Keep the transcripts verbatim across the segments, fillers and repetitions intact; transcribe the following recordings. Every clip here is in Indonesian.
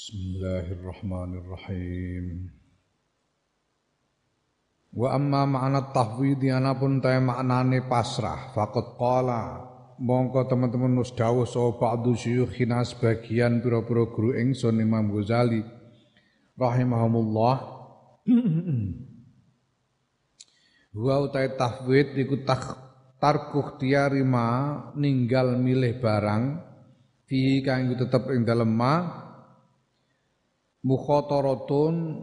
Bismillahirrahmanirrahim. Wa amma ma'na tahwid anapun ta maknane pasrah faqad qala mongko teman-teman wis dawuh sapa ba'du syuyukhina sebagian pira-pira guru ingsun Imam Ghazali rahimahumullah. Wa utai tahwid iku tarkuh tiarima ninggal milih barang fi kang tetep ing dalem ma mukhotoratun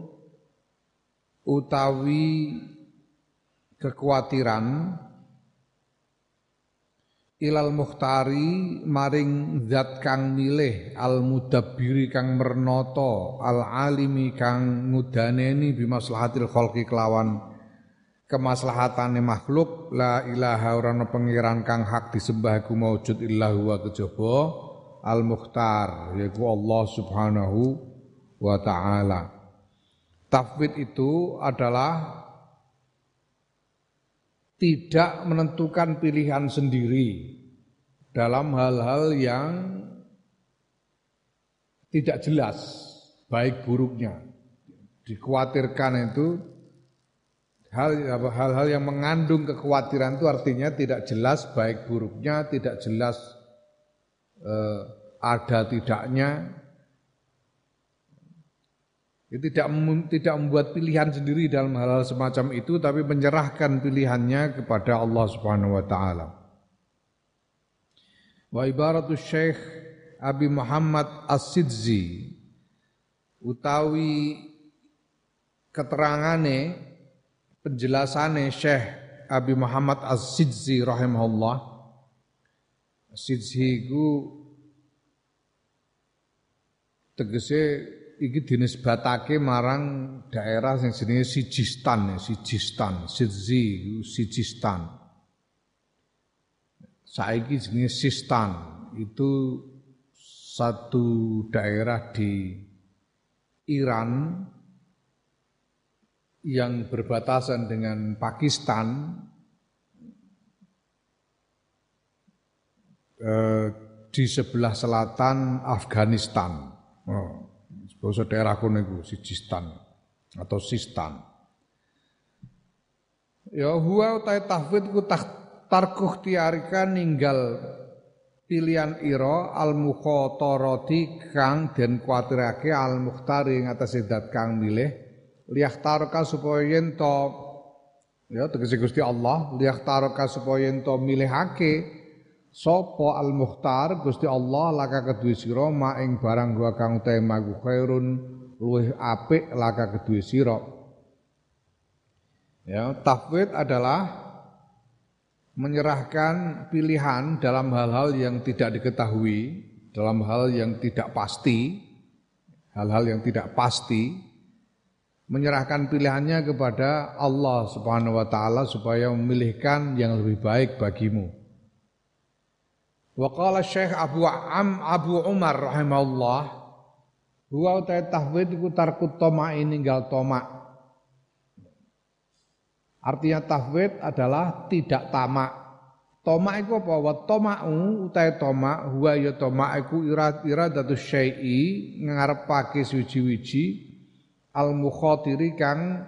utawi kekhawatiran ilal mukhtari maring zat kang milih al mudabbiri kang mernata al alimi kang ngudaneni bimaslahatil khalqi kelawan kemaslahatane makhluk la ilaha ora ana pangeran kang hak disembah iku maujud illa huwa kejaba al mukhtar yaiku Allah subhanahu wa ta'ala. Tafwid itu adalah tidak menentukan pilihan sendiri dalam hal-hal yang tidak jelas baik buruknya. Dikhawatirkan itu hal-hal yang mengandung kekhawatiran itu artinya tidak jelas baik buruknya, tidak jelas eh, ada tidaknya. Itu tidak tidak membuat pilihan sendiri dalam hal-hal semacam itu, tapi menyerahkan pilihannya kepada Allah Subhanahu wa taala. Wa ibaratu Syekh Abi Muhammad As-Sidzi utawi keterangane penjelasane Syekh Abi Muhammad As-Sidzi rahimahullah. As-Sidzi iku tegese iki dinisbatake marang daerah sing jenenge Sijistan, Sijistan, Sidzi, Sijistan. Saiki jenenge Sistan, itu satu daerah di Iran yang berbatasan dengan Pakistan eh, di sebelah selatan Afghanistan. Oh. Basa daerah kono iku Sijistan atau Sistan. Ya huwa utai tahfid ku tarkuh tiarika ninggal pilihan ira al mukhatarati kang den kuwatirake al mukhtari ing atase zat kang milih liyahtaraka supaya yen to ya tegese Gusti Allah liyahtaraka supaya yen to milihake sapa al-mukhtar Gusti Allah laka kedue sira ma ing barang gua kang utahe magu khairun luwih apik laka kedue sira. Ya, tafwid adalah menyerahkan pilihan dalam hal-hal yang tidak diketahui, dalam hal yang tidak pasti, hal-hal yang tidak pasti, menyerahkan pilihannya kepada Allah Subhanahu wa taala supaya memilihkan yang lebih baik bagimu. Wa qala Syekh Abu Am Abu Umar rahimahullah huwa ta tahwid iku tarkut toma ninggal toma. Artinya tahwid adalah tidak tamak. Toma iku apa? Wa toma'u utahe toma huwa ya toma iku iradatu syai'i ngarepake suci-wiji al mukhatiri kang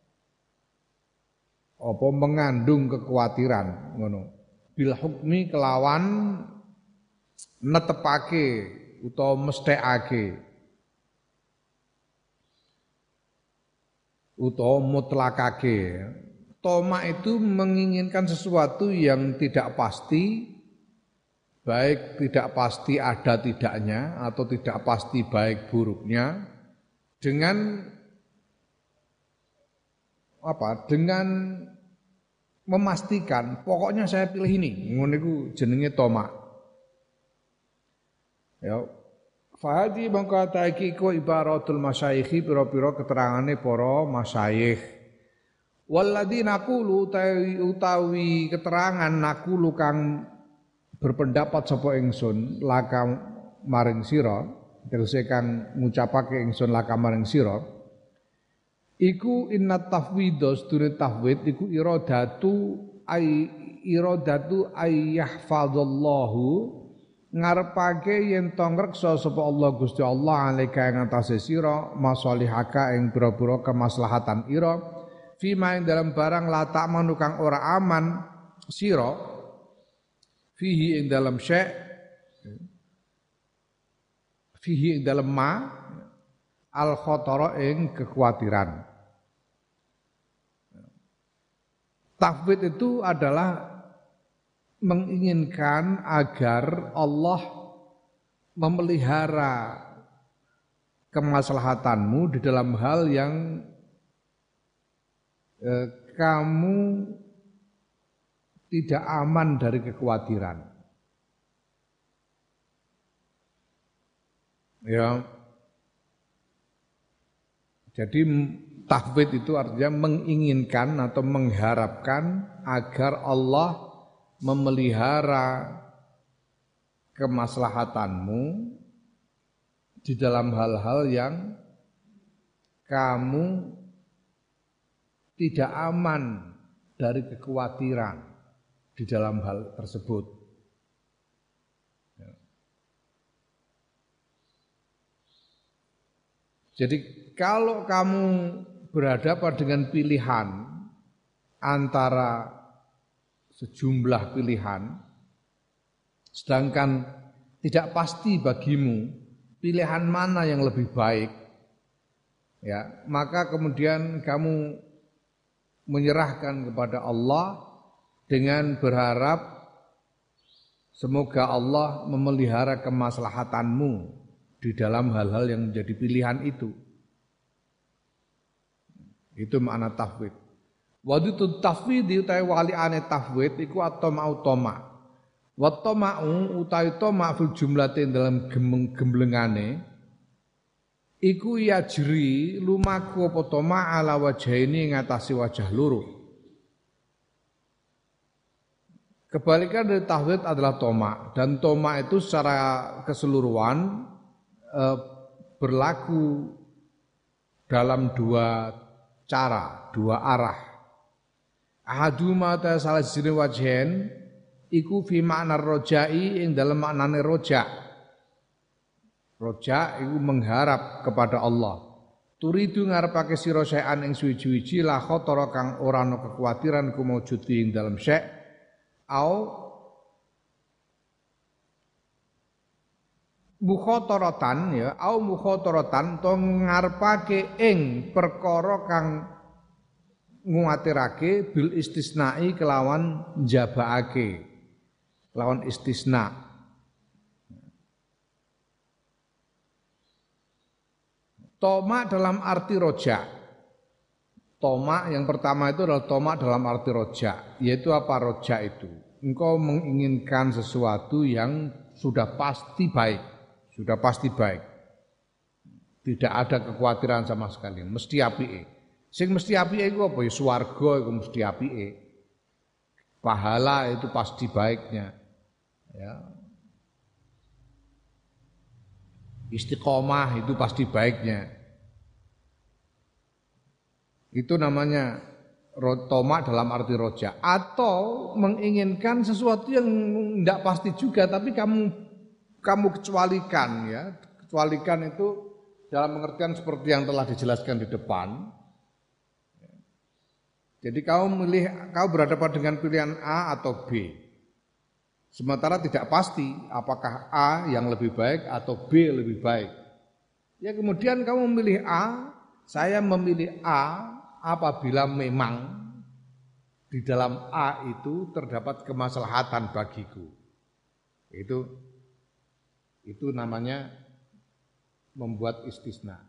apa mengandung kekhawatiran ngono. Bil hukmi kelawan netepake utawa mesthekake utawa mutlakake. Toma itu menginginkan sesuatu yang tidak pasti, baik tidak pasti ada tidaknya atau tidak pasti baik buruknya dengan apa? Dengan memastikan pokoknya saya pilih ini. Ngono iku jenenge toma. Ya, fahadi mangko iki ku ibaratul masyayikh pira-pira keterangane para masyayikh. Walladina naqulu utawi keterangan naqulu kang berpendapat sapa ingsun laka maring sira, tegese kang ngucapake ingsun laka maring sira. Iku inna tafwidus dune tafwid iku iradatu ay iradatu ay yahfazallahu ngarepake yen to ngreksa sapa Allah Gusti Allah alika ing atase sira masalihaka ing pira-pira kemaslahatan ira fima ing dalam barang la ta'manu kang ora aman sira fihi ing dalam syek fihi ing dalam ma al khatara ing kekhawatiran. Tafwid itu adalah menginginkan agar Allah memelihara kemaslahatanmu di dalam hal yang eh, kamu tidak aman dari kekhawatiran. Ya. Jadi tafwid itu artinya menginginkan atau mengharapkan agar Allah memelihara kemaslahatanmu di dalam hal-hal yang kamu tidak aman dari kekhawatiran di dalam hal tersebut. Jadi kalau kamu berhadapan dengan pilihan antara sejumlah pilihan, sedangkan tidak pasti bagimu pilihan mana yang lebih baik, ya, maka kemudian kamu menyerahkan kepada Allah dengan berharap semoga Allah memelihara kemaslahatanmu di dalam hal-hal yang menjadi pilihan itu. Itu makna tafwid. Waditu tafwid utawi waliane tafwid iku at-tama'u tama'. Wa tama'u utawi tama' fil jumlatin dalam gemblengane iku yajri lumaku apa tama' ala wajhaini ngatasi wajah loro. Kebalikan dari tafwid adalah toma, dan toma itu secara keseluruhan eh, berlaku dalam dua cara, dua arah. Ahaduma ta salah siji wajhen iku fi makna rojai ing dalam maknane roja. Roja iku mengharap kepada Allah. Turidu ngarepake sira saean ing suwi-wiji la khatara kang ora ana kekhawatiran ku maujud ing dalam syek au mukhataratan ya au mukhataratan to ngarepake ing perkara kang nguatirake bil istisnai kelawan njabaake kelawan istisna. Toma dalam arti roja. Toma yang pertama itu adalah toma dalam arti roja. Yaitu apa roja itu? Engkau menginginkan sesuatu yang sudah pasti baik. Sudah pasti baik. Tidak ada kekhawatiran sama sekali. Mesti apike. Sing mesti apike iku apa ya? Swarga iku mesti apike. Pahala itu pasti baiknya. Ya. Istiqomah itu pasti baiknya. Itu namanya toma dalam arti roja. Atau menginginkan sesuatu yang tidak pasti juga, tapi kamu kamu kecualikan ya. Kecualikan itu dalam pengertian seperti yang telah dijelaskan di depan. Jadi kau milih, kau berhadapan dengan pilihan A atau B. Sementara tidak pasti apakah A yang lebih baik atau B lebih baik. Ya kemudian kamu memilih A, saya memilih A apabila memang di dalam A itu terdapat kemaslahatan bagiku. Itu itu namanya membuat istisna.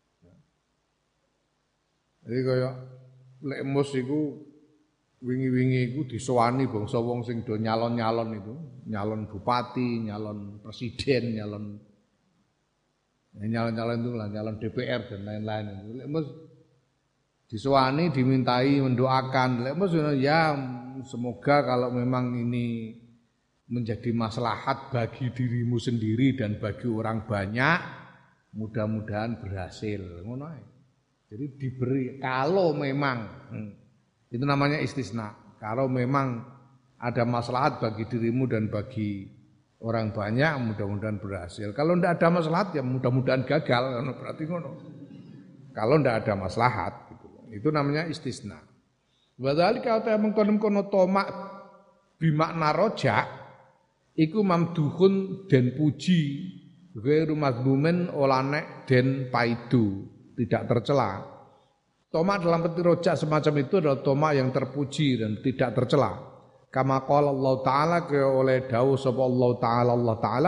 Jadi kaya lek mus iku wingi-wingi iku disowani bangsa wong sing do nyalon-nyalon itu, nyalon bupati, nyalon presiden, nyalon nyalon-nyalon itu lah, nyalon D P R dan lain-lain itu. Lek mus disowani dimintai mendoakan, lek mus ya semoga kalau memang ini menjadi maslahat bagi dirimu sendiri dan bagi orang banyak, mudah-mudahan berhasil. Ngono ae. Jadi diberi kalau memang hmm, itu namanya istisna. Kalau memang ada maslahat bagi dirimu dan bagi orang banyak mudah-mudahan berhasil. Kalau ndak ada maslahat ya mudah-mudahan gagal, berarti ngono. Kalau ndak ada maslahat gitu. Itu namanya istisna. Wadzalika ta mengkono-kono tomak bimakna rojak iku mamduhun den puji ghairu mazmumin olane den paidu, tidak tercela. Tomak dalam arti rojak semacam itu adalah tomak yang terpuji dan tidak tercela. Kama qala Allah Ta'ala ke oleh dawuh sapa Allah Ta'ala Allah Ta'ala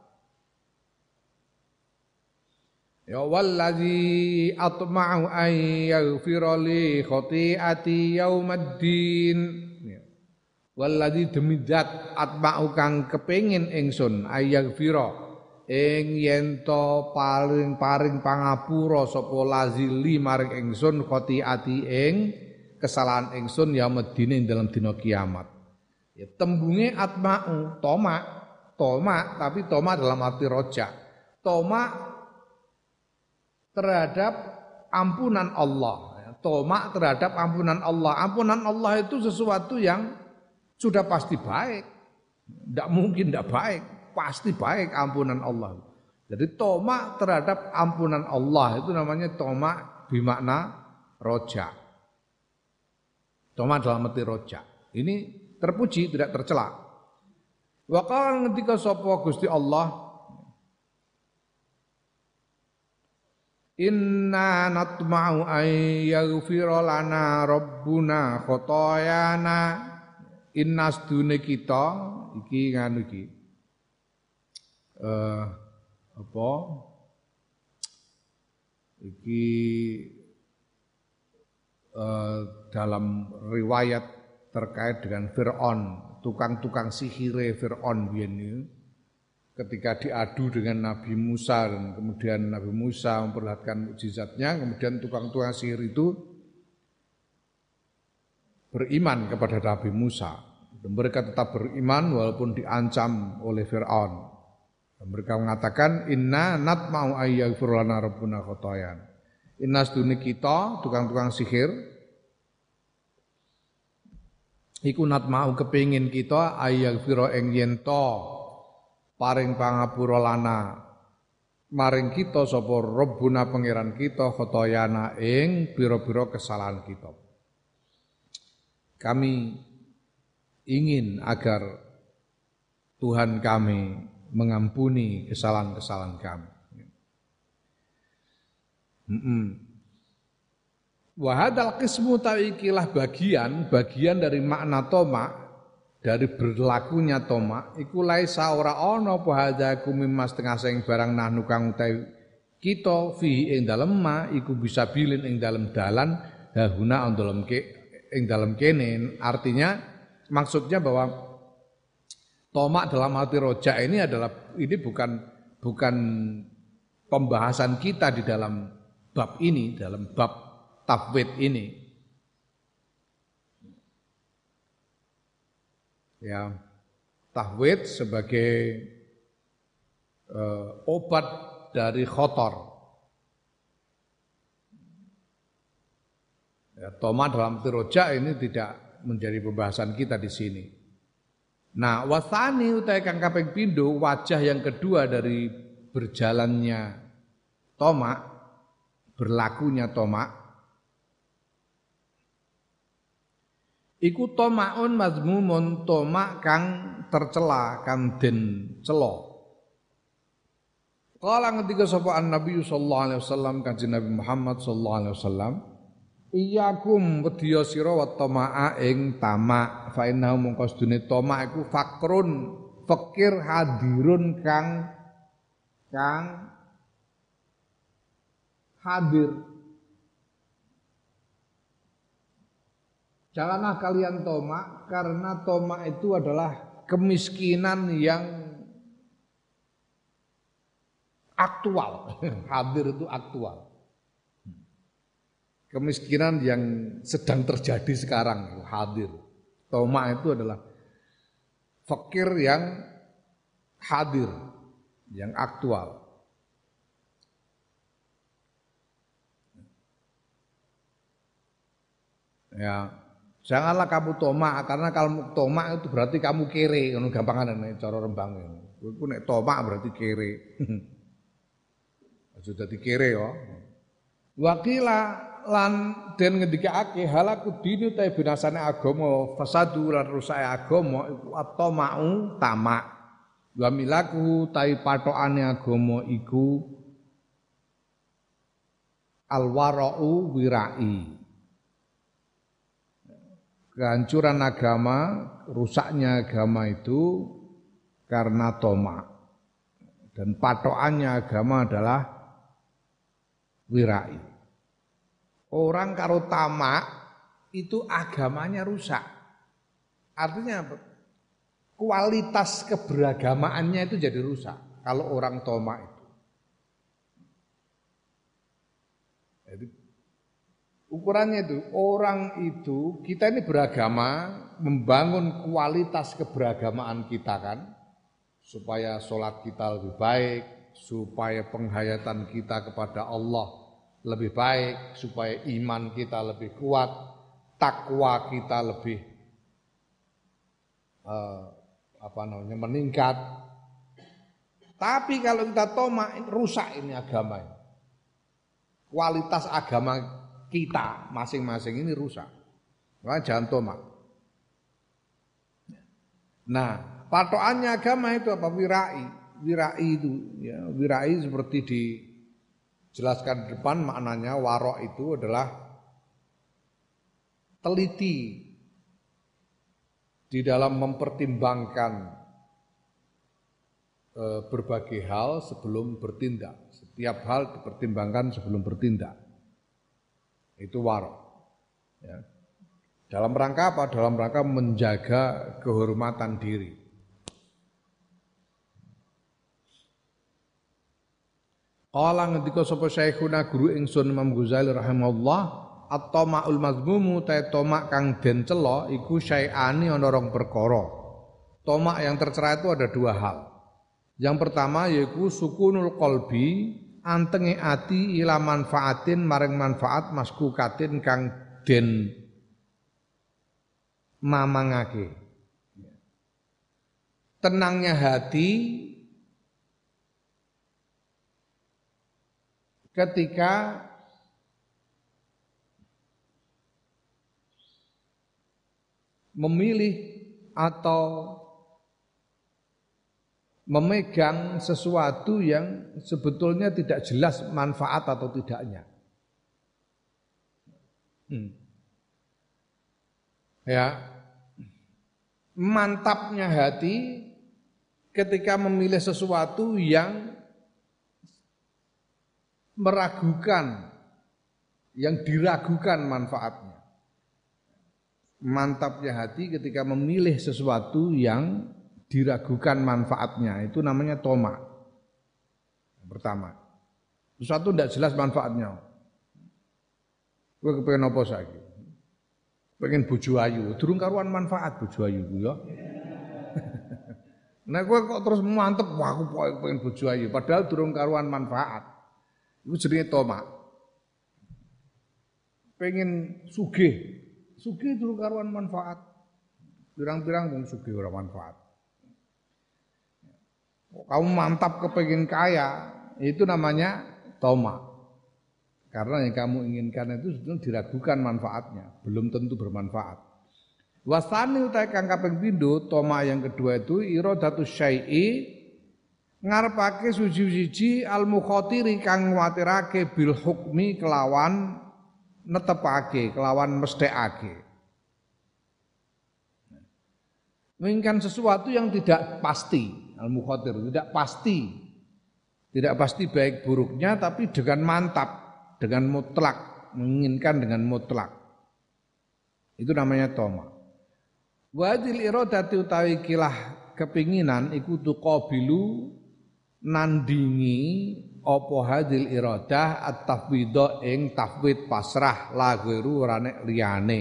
ya wallazi atma'u an yaghfira li khati'ati yaumaddin wallazi demi zat atma'u kang kepengin ingsun ayaghfira ing yen to paring-paring pangapura sapa lazili maring ingsun khati'ati ing kesalahan ingsun ya medine dalam dina kiamat. Ya tembunge atma'u tomak, tomak tapi tomak dalam arti roja. Tomak terhadap ampunan Allah. Tomak terhadap ampunan Allah. Ampunan Allah itu sesuatu yang sudah pasti baik. Tidak mungkin tidak baik. Pasti baik ampunan Allah. Jadi tomak terhadap ampunan Allah itu namanya tomak bimakna roja. Tomak dalam arti roja. Ini terpuji, tidak tercela. Wa qala ketika sapa Gusti Allah inna natma'u an yaghfira lana rabbuna khotoyana innas dune kita iki nganu iki Uh, apa iki uh, dalam riwayat terkait dengan Fir'aun, tukang-tukang sihire Fir'aun biyen ketika diadu dengan Nabi Musa dan kemudian Nabi Musa memperlihatkan mukjizatnya, kemudian tukang-tukang sihir itu beriman kepada Nabi Musa. Dan mereka tetap beriman walaupun diancam oleh Fir'aun. Mereka mengatakan inna natma'u ayyaghfir lana rabbuna khotoyan. Inna sedune kita tukang-tukang sihir iku natma'u kepingin kita ayyaghfir ing yen to paring pangapura lana maring kita sapa rabbuna pangeran kita khotoyana ing pira-pira kesalahan kita. Kami ingin agar Tuhan kami mengampuni kesalahan-kesalahan kami. Mm-mm. Wahadal qismu ta'ikilah bagian bagian dari makna tomak, dari berlakunya tomak iku laisa ora ana apa hadaku mimmas tengah sing barang nahnu kang utawi kita fi ing dalem ma iku bisa bilin ing dalem dalan hahuna dalam ke ing dalem kene. Artinya maksudnya bahwa tomak dalam arti rojak ini adalah ini bukan bukan pembahasan kita di dalam bab ini, dalam bab tafwid ini. Ya, tafwid sebagai uh, obat dari khotor. Ya, tomak dalam arti rojak ini tidak menjadi pembahasan kita di sini. Nah, wasani utai kang kaping pindho wajah yang kedua dari berjalannya tomak, berlakunya tomak iku tomaun mazmumun tomak kang tercela, kang den cela. Kala ngendika sapa Nabi sallallahu alaihi wasallam kanjeng Nabi Muhammad sallallahu alaihi wasallam iyakum wedya sira wa tamaa ing tamak fa innahu mungko sedune tamak iku fakrun fakir hadirun kang kang hadir. Janganlah kalian tamak karena tamak itu adalah kemiskinan yang aktual. Hadir itu aktual. Kemiskinan yang sedang terjadi sekarang hadir. Tomak itu adalah fakir yang hadir, yang aktual. Ya, janganlah kamu tomak karena kalau tomak itu berarti kamu kere, ngono gampangan cara Rembang. Kowe ku nek tomak berarti kere. Aja dadi kere ya. Wakila lan den ngendikake halaku dinu ta binasane agama fasadu lan rusake agama iku at-tamau tamak. Wa milaku tai patokane agama iku al-wara'u wirai. Kehancuran agama, rusaknya agama itu karena tomak. Dan patokannya agama adalah wirai. Orang karo tamak itu agamanya rusak. Artinya apa? Kualitas keberagamaannya itu jadi rusak kalau orang tomak itu. Jadi ukurannya itu orang itu kita ini beragama membangun kualitas keberagamaan kita kan supaya sholat kita lebih baik, supaya penghayatan kita kepada Allah lebih baik, supaya iman kita lebih kuat, takwa kita lebih uh, apa namanya meningkat. Tapi kalau kita tomak rusak ini agama ini. Kualitas agama kita masing-masing ini rusak. Maka jangan tomak. Nah, patokannya agama itu apa? Wirai. Wirai itu ya, wirai seperti dijelaskan di depan maknanya warok itu adalah teliti di dalam mempertimbangkan e, berbagai hal sebelum bertindak. Setiap hal dipertimbangkan sebelum bertindak. Itu warok. Ya. Dalam rangka apa? Dalam rangka menjaga kehormatan diri. Qala ngendika sapa Syekhuna guru ingsun Imam Ghazali rahimahullah, at-tama'ul mazmumu ta tomak kang den cela iku syai'ani ana rong perkara. Tomak yang tercela itu ada dua hal. Yang pertama yaiku sukunul qalbi, antenge ati ila manfaatin maring manfaat maskukatin kang den mamangake. Tenangnya hati ketika memilih atau memegang sesuatu yang sebetulnya tidak jelas manfaat atau tidaknya. Hmm. Ya, mantapnya hati ketika memilih sesuatu yang meragukan, yang diragukan manfaatnya. Mantapnya hati ketika memilih sesuatu yang diragukan manfaatnya, itu namanya tomak. Yang pertama, sesuatu tidak jelas manfaatnya. Gue kepengen apa saiki? Pengen bojo ayu, durung karuan manfaat bojo ayu ya. Nah gue kok terus mantep, wah aku pengen bojo ayu, padahal durung karuan manfaat. Itu jenenge tomak. Pengen sugih, sugih durung karuan manfaat. Pirang-pirang wong sugih ora manfaat. Kamu mantap kepengen kaya, itu namanya tomak. Karena yang kamu inginkan itu sebetulnya diragukan manfaatnya, belum tentu bermanfaat. Wasani utai kang kaping pindho, tomak yang kedua itu iradatus syai'i, ngarepake suci-suci al-mukhatiri kang nguwatirake bil hukmi kelawan netepake, kelawan mesthekake. Menginginkan sesuatu yang tidak pasti, al-mukhatir tidak pasti. Tidak pasti baik buruknya tapi dengan mantap, dengan mutlak, menginginkan dengan mutlak. Itu namanya tomak. Wadil iradati utawi kilah kepinginan iku tuqabilu nandingi apa hadil iradah at-tafwidha ing tafwid pasrah la ghairu ora nek liyane.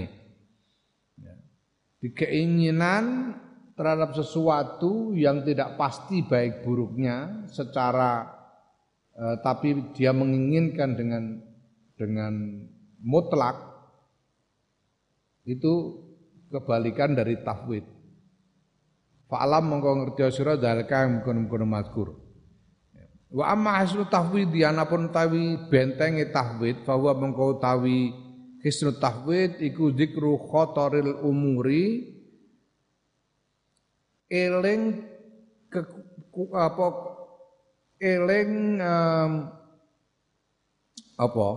Di keinginan terhadap sesuatu yang tidak pasti baik buruknya secara eh, tapi dia menginginkan dengan dengan mutlak, itu kebalikan dari tafwid. Fa'alam mongko ngerti sira dalika mungkon-mungkon mazkur. Wa amma hasnu tahwid anapun tawi bentenge tahwid fa huwa mongko tawi hisnu tahwid iku zikru khotoril umuri eling ke, apa eling um, apa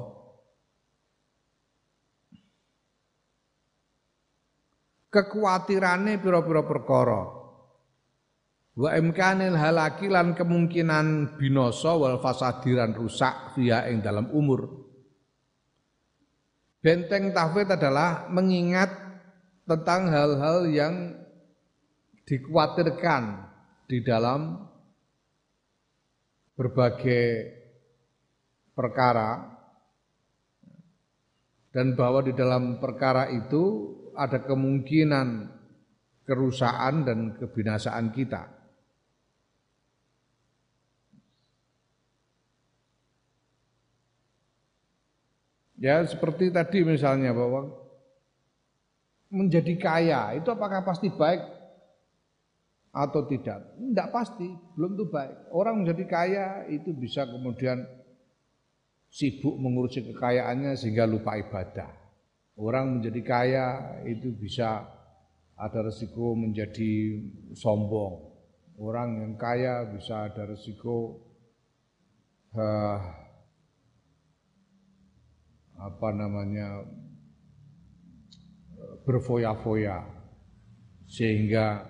kekuatirane pira-pira perkara wa imkanil halaki lan kemungkinan binasa wal fasadiran rusak via ing dalam umur. Benteng tahwid adalah mengingat tentang hal-hal yang dikhawatirkan di dalam berbagai perkara dan bahwa di dalam perkara itu ada kemungkinan kerusakan dan kebinasaan kita. Ya seperti tadi misalnya bahwa menjadi kaya itu apakah pasti baik atau tidak? Tidak pasti, belum tentu baik. Orang menjadi kaya itu bisa kemudian sibuk mengurusi kekayaannya sehingga lupa ibadah. Orang menjadi kaya itu bisa ada resiko menjadi sombong. Orang yang kaya bisa ada resiko uh, apa namanya berfoya-foya sehingga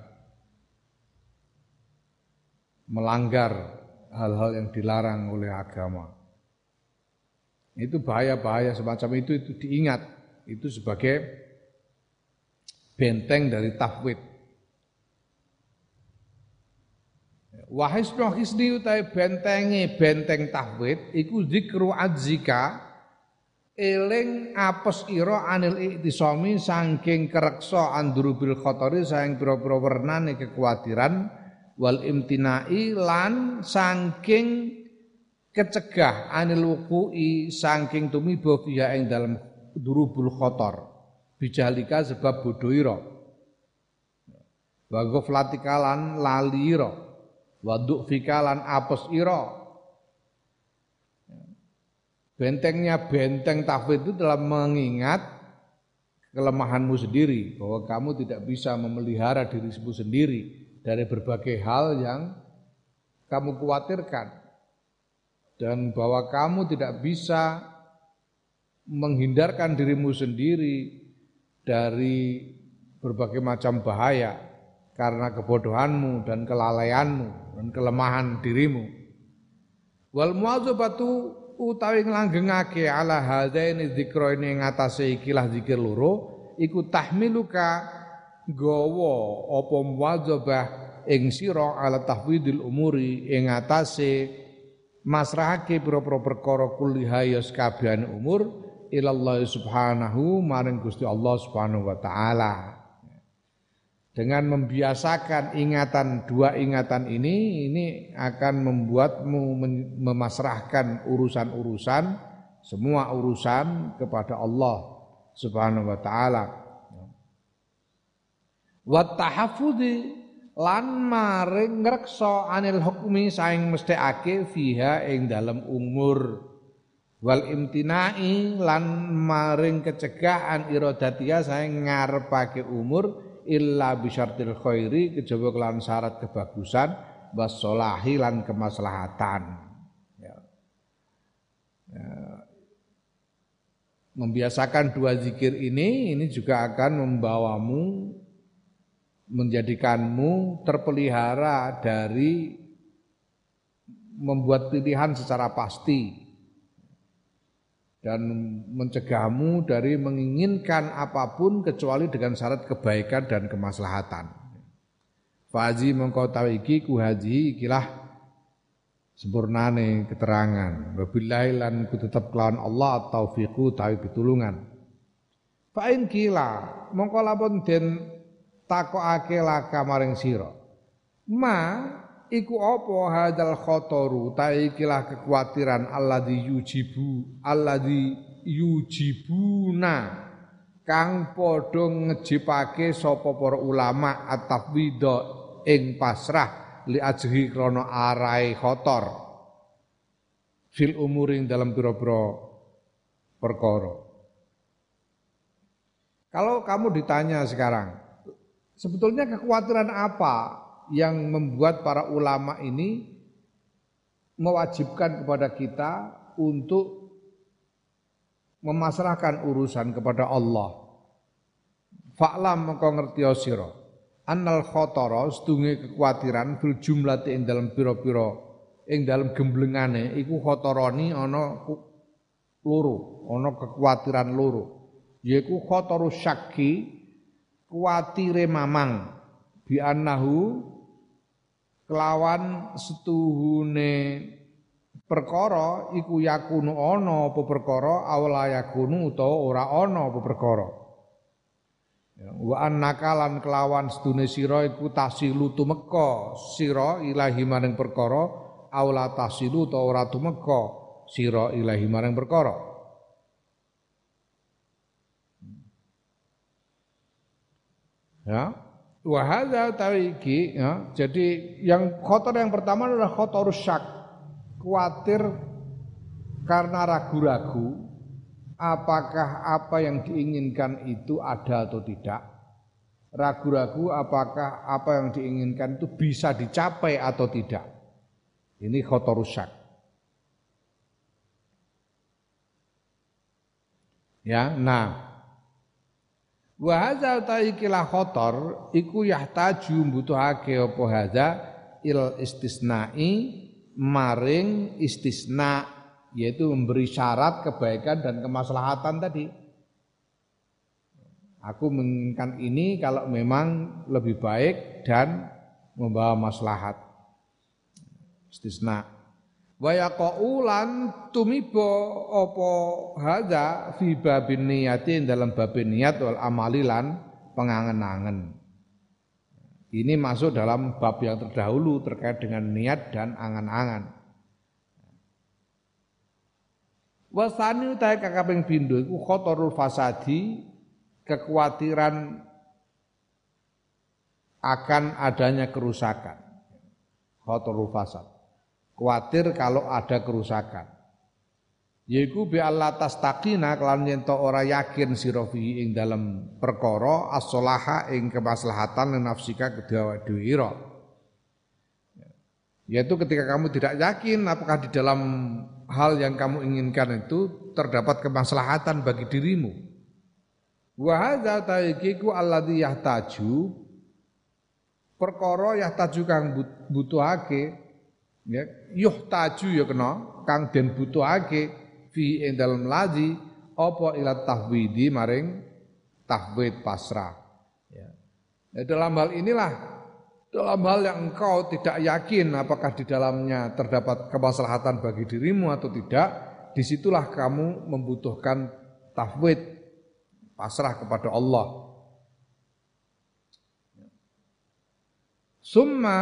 melanggar hal-hal yang dilarang oleh agama. Itu bahaya-bahaya semacam itu itu diingat, itu sebagai benteng dari tahwid. Wa hisnu hisni utahe bentenge benteng tahwid iku zikru adzika eling apes ira anil iktisami saking kereksa andrubil khotori saking pira-pira wernane kekuatiran wal imtinai lan saking kecegah anil wuqu'i saking tumiba fiha ing dalem durubul khotor bijalika sebab bodho ira wa ghaflatika lan lali ira wa du'fika lan apes ira. Bentengnya benteng tahwid itu dalam mengingat kelemahanmu sendiri, bahwa kamu tidak bisa memelihara dirimu sendiri dari berbagai hal yang kamu khawatirkan, dan bahwa kamu tidak bisa menghindarkan dirimu sendiri dari berbagai macam bahaya karena kebodohanmu dan kelalaianmu dan kelemahan dirimu. Wal muwadzabatu utawi nglanggengake ala hadaini dzikra ing ngatasé ikilah zikir loro iku tahmiluka gawa apa muwadzabah ing sira ala tahwidil umuri ing ngatasé masrahake pira-pira perkara kulliha kabehane umur ilallah subhanahu maring Gusti Allah subhanahu wa taala. Dengan membiasakan ingatan dua ingatan ini, ini akan membuatmu memasrahkan urusan-urusan, semua urusan kepada Allah Subhanahu wa taala. Wa tahaffudzi lan maring ngreksa anil hukmi saing mesthekake fiha ing dalem umur wal imtinai lan maring kecegahan iradatia saing ngarepake umur illa bisyartil khairi kejaba kelan syarat kebagusan wassalahi lan kemaslahatan. Ya. Ya. Membiasakan dua zikir ini ini juga akan membawamu menjadikanmu terpelihara dari membuat pilihan secara pasti dan mencegahmu dari menginginkan apapun kecuali dengan syarat kebaikan dan kemaslahatan. Fazi mengkau tahu iki ku haji ikilah sempurnane keterangan. Wabillahi lan ku tetep kelawan Allah taufiqu tawi pitulungan. Fa in kila mongko lamun den takokake laka maring sira. Ma iku apa hadal khotoru ta ikilah kekhawatiran alladzi yujibu alladzi yujibuna kang padha ngejipake sapa para ulama at-tafwidha ing pasrah li ajhi krana arai khotor fil umuring dalam pira-pira perkara. Kalau kamu ditanya sekarang, sebetulnya kekhawatiran apa yang membuat para ulama ini mewajibkan kepada kita untuk memasrahkan urusan kepada Allah? Fa'lam mengko ngerti sira annal khatara sedunge kekhawatiran fil jumlati ing dalam pira-pira ing dalam gemblengane iku khatarani ana loro, ana kekhawatiran loro, yaiku khatarus syakki, kuwatire mamang bi annahu kelawan setuhune perkara iku yakunu ana apa perkara awla yakunu utawa ora ana apa perkara. Wa annaka lan kelawan sedune sira iku tasilu tumeka sira ilahi maring perkara awla tasilu utawa ora tumeka sira ilahi maring perkara. Ya, wa hadza tawiki ya. Jadi yang khotor yang pertama adalah khotorus syak, khawatir karena ragu-ragu apakah apa yang diinginkan itu ada atau tidak. Ragu-ragu apakah apa yang diinginkan itu bisa dicapai atau tidak. Ini khotorus syak. Ya, nah wa hadza ta'ikilah khotor iku yahtaju mbutuhake apa hadza il istisna'i maring istisna, yaitu memberi syarat kebaikan dan kemaslahatan tadi. Aku menginginkan ini kalau memang lebih baik dan membawa maslahat. Istisna. Wa yaqaulan tumiba apa hadza fi babin niyati dalam babin niat wal amalilan pengangen-angen. Ini masuk dalam bab yang terdahulu terkait dengan niat dan angan-angan. Wasani utahe kakaping pindho iku khotorul fasadi, kekhawatiran akan adanya kerusakan. Khotorul fasad, khawatir kalau ada kerusakan. Yaiku bi Allah tastaqina kelan yen to ora yakin sira fi ing dalam perkara as-salaha ing kemaslahatan nafsika kedua dhewe ira. Yaitu ketika kamu tidak yakin apakah di dalam hal yang kamu inginkan itu terdapat kemaslahatan bagi dirimu. Wa hadza ta'ikiku alladzi yahtaju, perkara yahtaju kang butuhake, ya yuhtaju ya kena kang den butuhake fi ing dalem lazi apa ila tahwidi maring tahwid pasrah. Ya. Ya, dalam hal inilah, dalam hal yang engkau tidak yakin apakah di dalamnya terdapat kemaslahatan bagi dirimu atau tidak, disitulah kamu membutuhkan tahwid, pasrah kepada Allah. Summa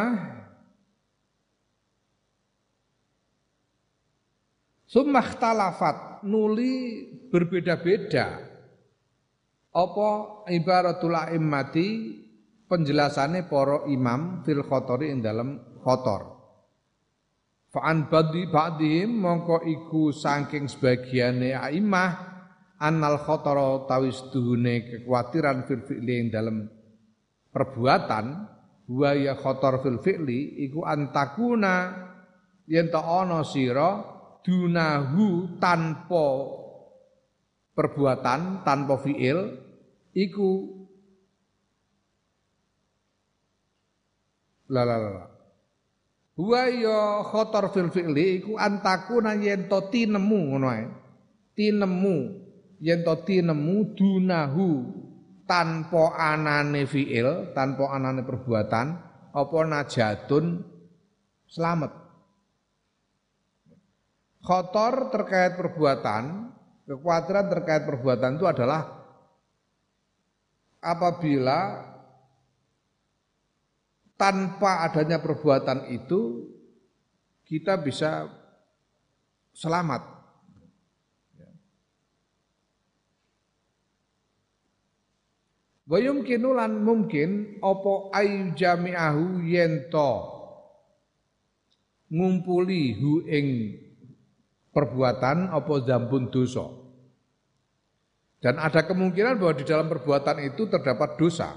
Summa ikhtalafat, nuli berbeda-beda apa ibaratul a'immati, penjelasannya para imam fil khotori ing dalam khotor. Fa'an badi ba'dihim mongko iku saking sebagiane a'immah annal khotara tawis duhune kekhawatiran fil fi'li ing dalam perbuatan, wa ya khotor fil fi'li iku antakuna yen ta ana sira dunahu tanpa perbuatan, tanpa fi'il iku la la la wa ya khotor fil fi'li iku antakuna yen to tinemu ngono ae, tinemu yen to tinemu dunahu tanpa anane fi'il, tanpa anane perbuatan apa najatun selamat. Khotor terkait perbuatan, kekhawatiran terkait perbuatan itu adalah apabila tanpa adanya perbuatan itu kita bisa selamat. Wa yumkinu lan mungkin apa ayu jami'ahu yento ngumpuli hu ing perbuatan apa zambun dosa. Dan ada kemungkinan bahwa di dalam perbuatan itu terdapat dosa.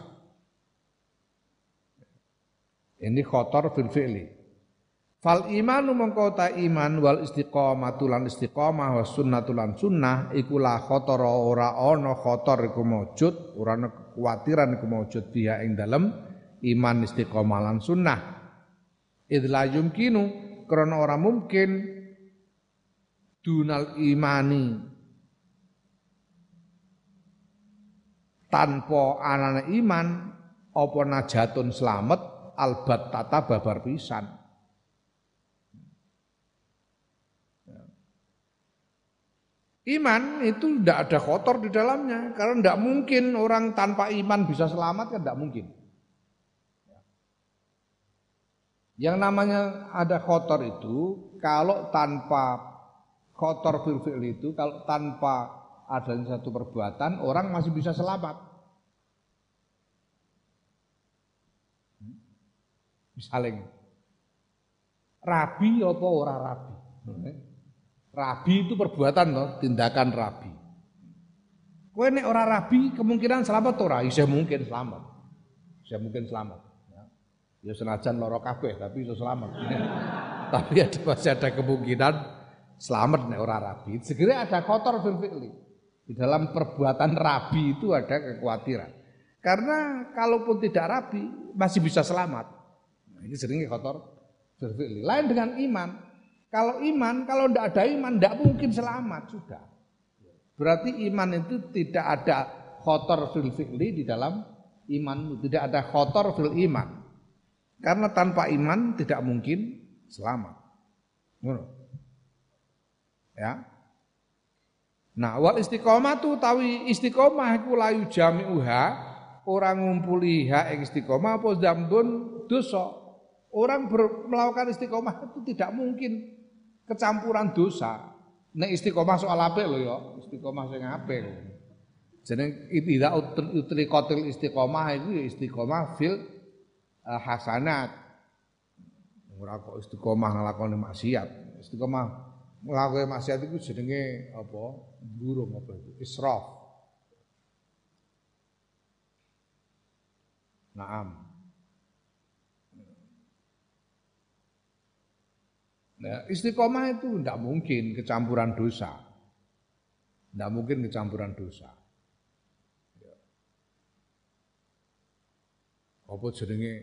Ini khotor fil fi'li. Fal imanu mongko ta iman wal istiqamatu lan istiqamah was sunnatu lan sunnah iku la khotor ora ana khotor iku maujud, ora ana kekhawatiran iku maujud dia ing dalem iman istiqamah lan sunnah. Idz la yumkinu krana ora mungkin dunal imani tanpa anane iman apa najatun slamet albat tata babar pisan. Iman itu tidak ada kotor di dalamnya, karena tidak mungkin orang tanpa iman bisa selamat, kan tidak mungkin. Yang namanya ada kotor itu, kalau tanpa kotor fil fi'li itu, kalau tanpa adanya satu perbuatan, orang masih bisa selamat. Misalnya, rabi apa ora rabi? Rabi itu perbuatan toh, tindakan rabi. Kowe nek ora rabi kemungkinan selamat ora, isih mungkin selamat. Isih mungkin selamat, ya. Ya senajan lara kabeh tapi iso selamat. Tapi ada masih ada kemungkinan selamat nek ora rabi. Segera ada kotor fil fi'li. Di dalam perbuatan rabi itu ada kekhawatiran. Karena kalaupun tidak rabi masih bisa selamat. Nah, ini seringnya kotor fil fi'li. Lain dengan iman. Kalau iman, kalau tidak ada iman, tidak mungkin selamat sudah. Berarti iman itu tidak ada khotor fil fi'li di dalam iman, tidak ada khotor fil iman. Karena tanpa iman tidak mungkin selamat. Ya. Nah, wal istiqomah tu tawi istiqomah iku layu jami'uha, orang ngumpuli ha ing istiqomah apa zambun dosa. Orang ber, melakukan istiqomah itu tidak mungkin kecampuran dosa. Nek istiqomah soal apik lho ya, istiqomah sing apik. Jeneng ida utri qatil istiqomah itu ya istiqomah fil uh, hasanat. Ora kok istiqomah nglakoni maksiat. Istiqomah nglakoni maksiat iku jenenge apa? Burung apa itu? Israf. Naam. Nah, istiqomah itu tidak mungkin kecampuran dosa. Tidak mungkin kecampuran dosa. Ya. Apa jenenge?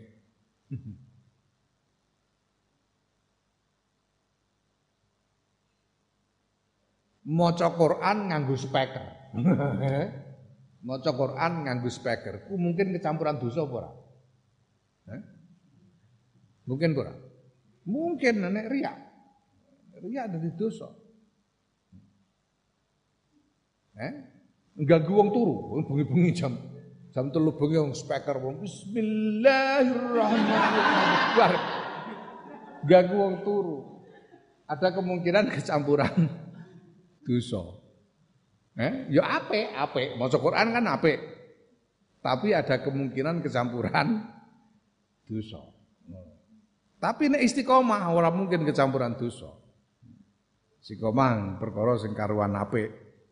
Maca Quran nganggo speaker. Maca Quran nganggo speaker. Ku mungkin kecampuran dosa apa ora? Eh? Mungkin ora? Mungkin nek riak. Riya ada di dosa. Eh? Enggak wong turu, bengi-bengi jam jam telu bengi wong speaker wong bismillahirrahmanirrahim. Enggak wong turu. Ada kemungkinan kecampuran dosa. Eh? Ya apik, apik. Maca Quran kan apik. Tapi ada kemungkinan kecampuran dosa. Tapi nek istiqomah ora mungkin kecampuran dosa. Istiqomah perkara sing karuan apik.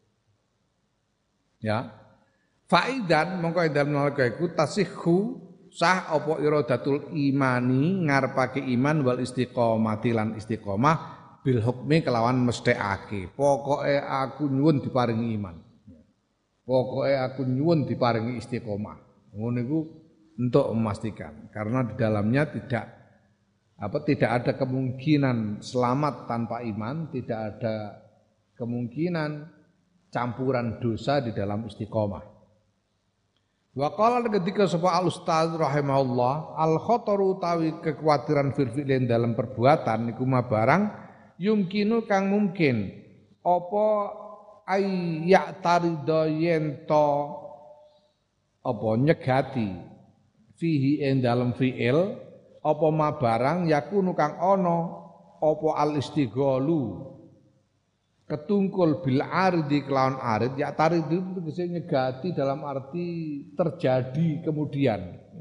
Ya. Faidan mongko edan nalika iku tasihhu sah apa iradatul imani ngarepake iman wal istiqomati lan istiqomah bil hukmi kelawan mesthekake. Pokoke aku nyuwun diparingi iman. Pokoke aku nyuwun diparingi istiqomah. Ngono iku untuk memastikan karena di dalamnya tidak apa tidak ada kemungkinan selamat tanpa iman, tidak ada kemungkinan campuran dosa di dalam istiqomah. Wa qala ketika sapa al ustaz rahimahullah al khataru tawi kekhawatiran fil fi'lin dalam perbuatan niku mah barang yumkinu kang mungkin apa ay ya'tarida yen to apa nyegati fihi ing dalam fi'il apa ma barang yakunu kang ana apa al istighalu ketungkul bil aridi kelawan arid ya tarid itu tegese nyegati dalam arti terjadi kemudian.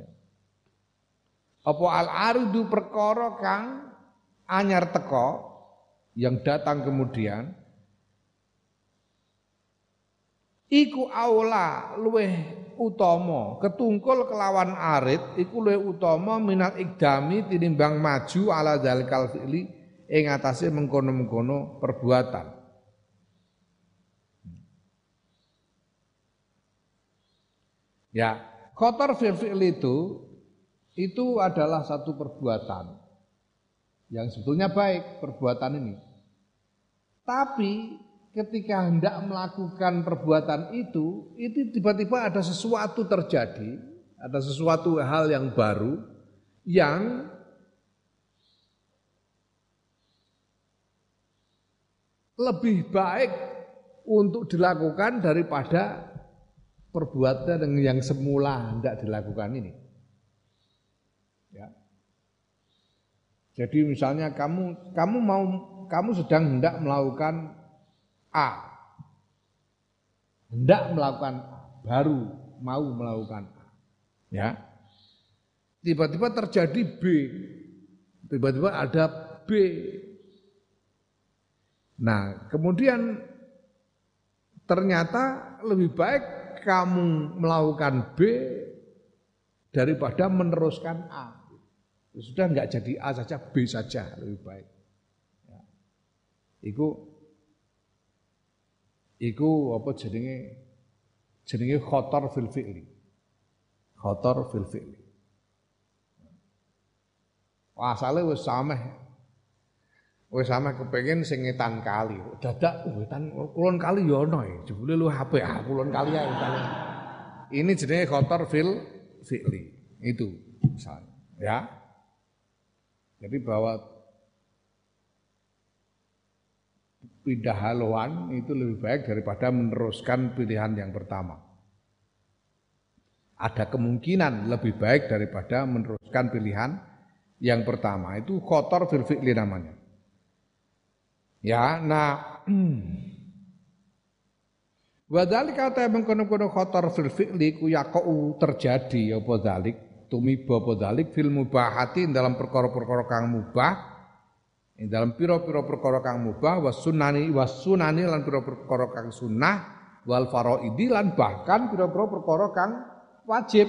Apa al aridu perkara kang anyar teka yang datang kemudian iku aula luweh utama ketungkul kelawan arid iku luweh utama minal ikdami tinimbang maju ala zalikal fi'li ing atase mengkono-mengkono perbuatan. Ya, khotor fil fi'li itu itu adalah satu perbuatan yang sebetulnya baik perbuatan ini. Tapi ketika hendak melakukan perbuatan itu, itu tiba-tiba ada sesuatu terjadi, ada sesuatu hal yang baru yang lebih baik untuk dilakukan daripada perbuatan yang semula hendak dilakukan ini. Ya. Jadi misalnya kamu kamu mau kamu sedang hendak melakukan A, hendak melakukan A, baru mau melakukan A, ya. Tiba-tiba terjadi B, tiba-tiba ada B. Nah, kemudian ternyata lebih baik kamu melakukan B daripada meneruskan A. Sudah enggak jadi A saja, B saja lebih baik. Ya. Iku Iku apa jenenge jenenge khotor fil fi'li. Khotor fil fi'li. Asale wis sameh wis sameh kepengin sing ngetan kali. Dadak wetan kulon kali ya ana e. Jebule lu H P ah kulon kali ae. Ini jenenge khotor fil fi'li. Itu misalnya, ya. Jadi bahwa pindah haluan itu lebih baik daripada meneruskan pilihan yang pertama. Ada kemungkinan lebih baik daripada meneruskan pilihan yang pertama. Itu khotor fil fi'li namanya. Ya, nah wadhalika ta mengkono-kono khotor fil fi'li ku yaqau terjadi apa dzalik tumiba apa dzalik fil mubahati dalam perkara-perkara kang mubah. Ing dalam pira-pira perkara kang mubah was sunani was sunani lan pira-pira perkara kang sunnah wal faraidi lan bahkan pira-pira perkara kang wajib.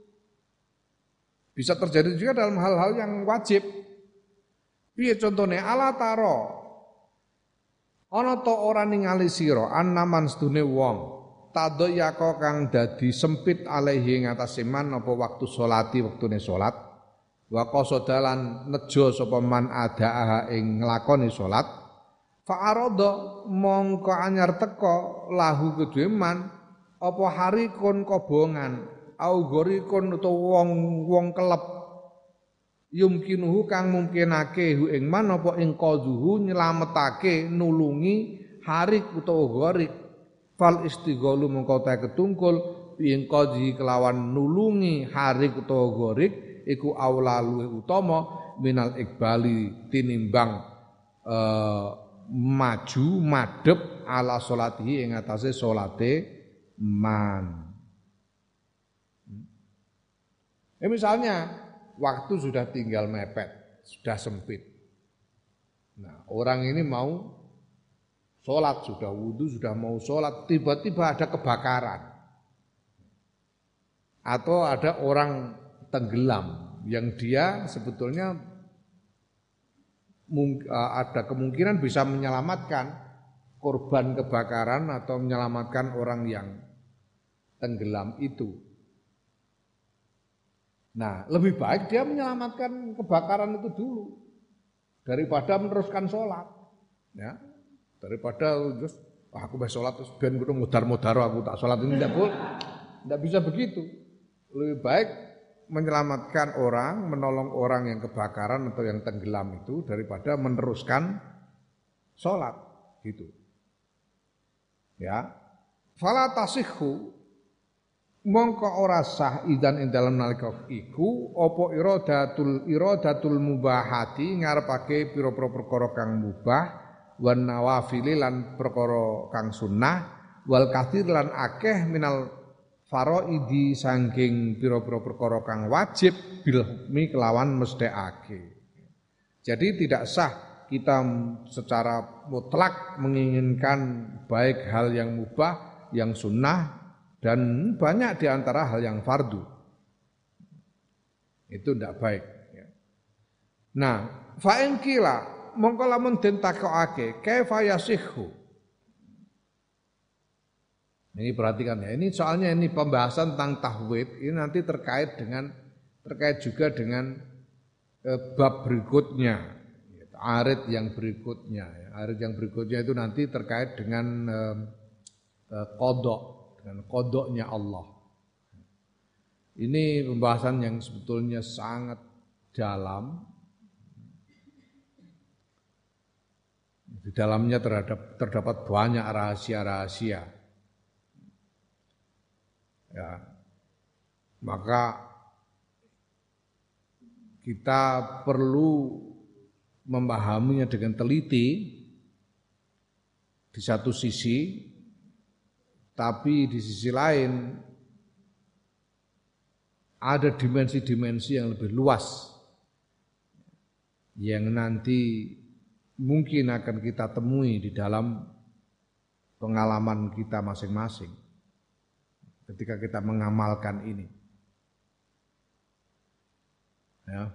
Bisa terjadi juga dalam hal-hal yang wajib. Piye contone ala taro ana ta ora ningali sira annaman sedune wong tadoyaka kang dadi sempit alaihi ing atase man apa waktu salati wektune salat. Wa qasodalan nejo sapa man adaaha ing nglakoni salat fa arada mongko anyar teka lahu kedue man apa hari kon kobongan au gori kon utawa wong-wong kelep yumkinuhu kang mungkinake hu ing man apa ing qadhuhu nyelametake nulungi hari utawa gori fal istighalu mongko ta ketungkul ing qadhi kelawan nulungi hari utawa gori iku aula luwih utama minal ikbali tinimbang eh, maju madhep ala salatihi ing atase salate man. Eh misalnya waktu sudah tinggal mepet, sudah sempit. Nah, orang ini mau sholat, sudah wudu, sudah mau sholat, tiba-tiba ada kebakaran. Atau ada orang tenggelam yang dia sebetulnya ada kemungkinan bisa menyelamatkan korban kebakaran atau menyelamatkan orang yang tenggelam itu. Nah, lebih baik dia menyelamatkan kebakaran itu dulu daripada meneruskan sholat, ya. Daripada terus ah, aku bahas sholat terus ben kudu mudar-mudar aku tak sholat ini tidak boleh, tidak bisa begitu. Lebih baik menyelamatkan orang, menolong orang yang kebakaran atau yang tenggelam itu daripada meneruskan sholat, gitu. Ya, fala tasihhu mongko ora sah idan ing dalem nalika iku apa iradatul iradatul mubahati ngarepake pira-pira perkara kang mubah wan nawafili lan perkara kang sunnah wal katsir lan akeh minal faraidi saking pira-pira perkara kang wajib bil hukmi kelawan mesthekake. Jadi tidak sah kita secara mutlak menginginkan baik hal yang mubah, yang sunnah dan banyak di antara hal yang fardu. Itu tidak baik. Nah, fa in qila mongko lamun den takokake kaifa yasihhu. Ini perhatikan ya, ini soalnya ini pembahasan tentang tahwid ini nanti terkait dengan terkait juga dengan eh, bab berikutnya, arid yang berikutnya. Ya. Arid yang berikutnya itu nanti terkait dengan eh, eh, qadha, dengan qadhanya Allah. Ini pembahasan yang sebetulnya sangat dalam. Di dalamnya terhadap, terdapat banyak rahasia-rahasia. Ya, maka kita perlu memahaminya dengan teliti di satu sisi, tapi di sisi lain ada dimensi-dimensi yang lebih luas yang nanti mungkin akan kita temui di dalam pengalaman kita masing-masing ketika kita mengamalkan ini. Ya.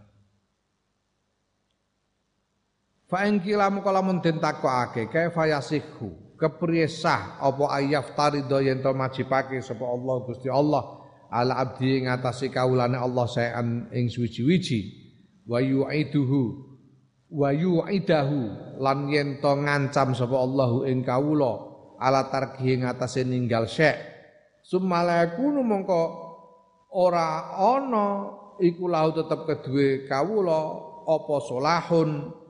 Fa in qila mukala mun den takokake kaifa yasihhu kepriye sah apa ayaf tarido yen to majibake sapa Allah Gusti Allah ala abdi ngatasi kawulane Allah saean ing suwi-wiji wa yu'iduhu wa yu'idahu lan yen to ngancam sapa Allahu ing kawula ala tarkihi ngatasé ninggal syek sumalaikunu mongko ora ana iku lahu tetep kedue kawula apa solahun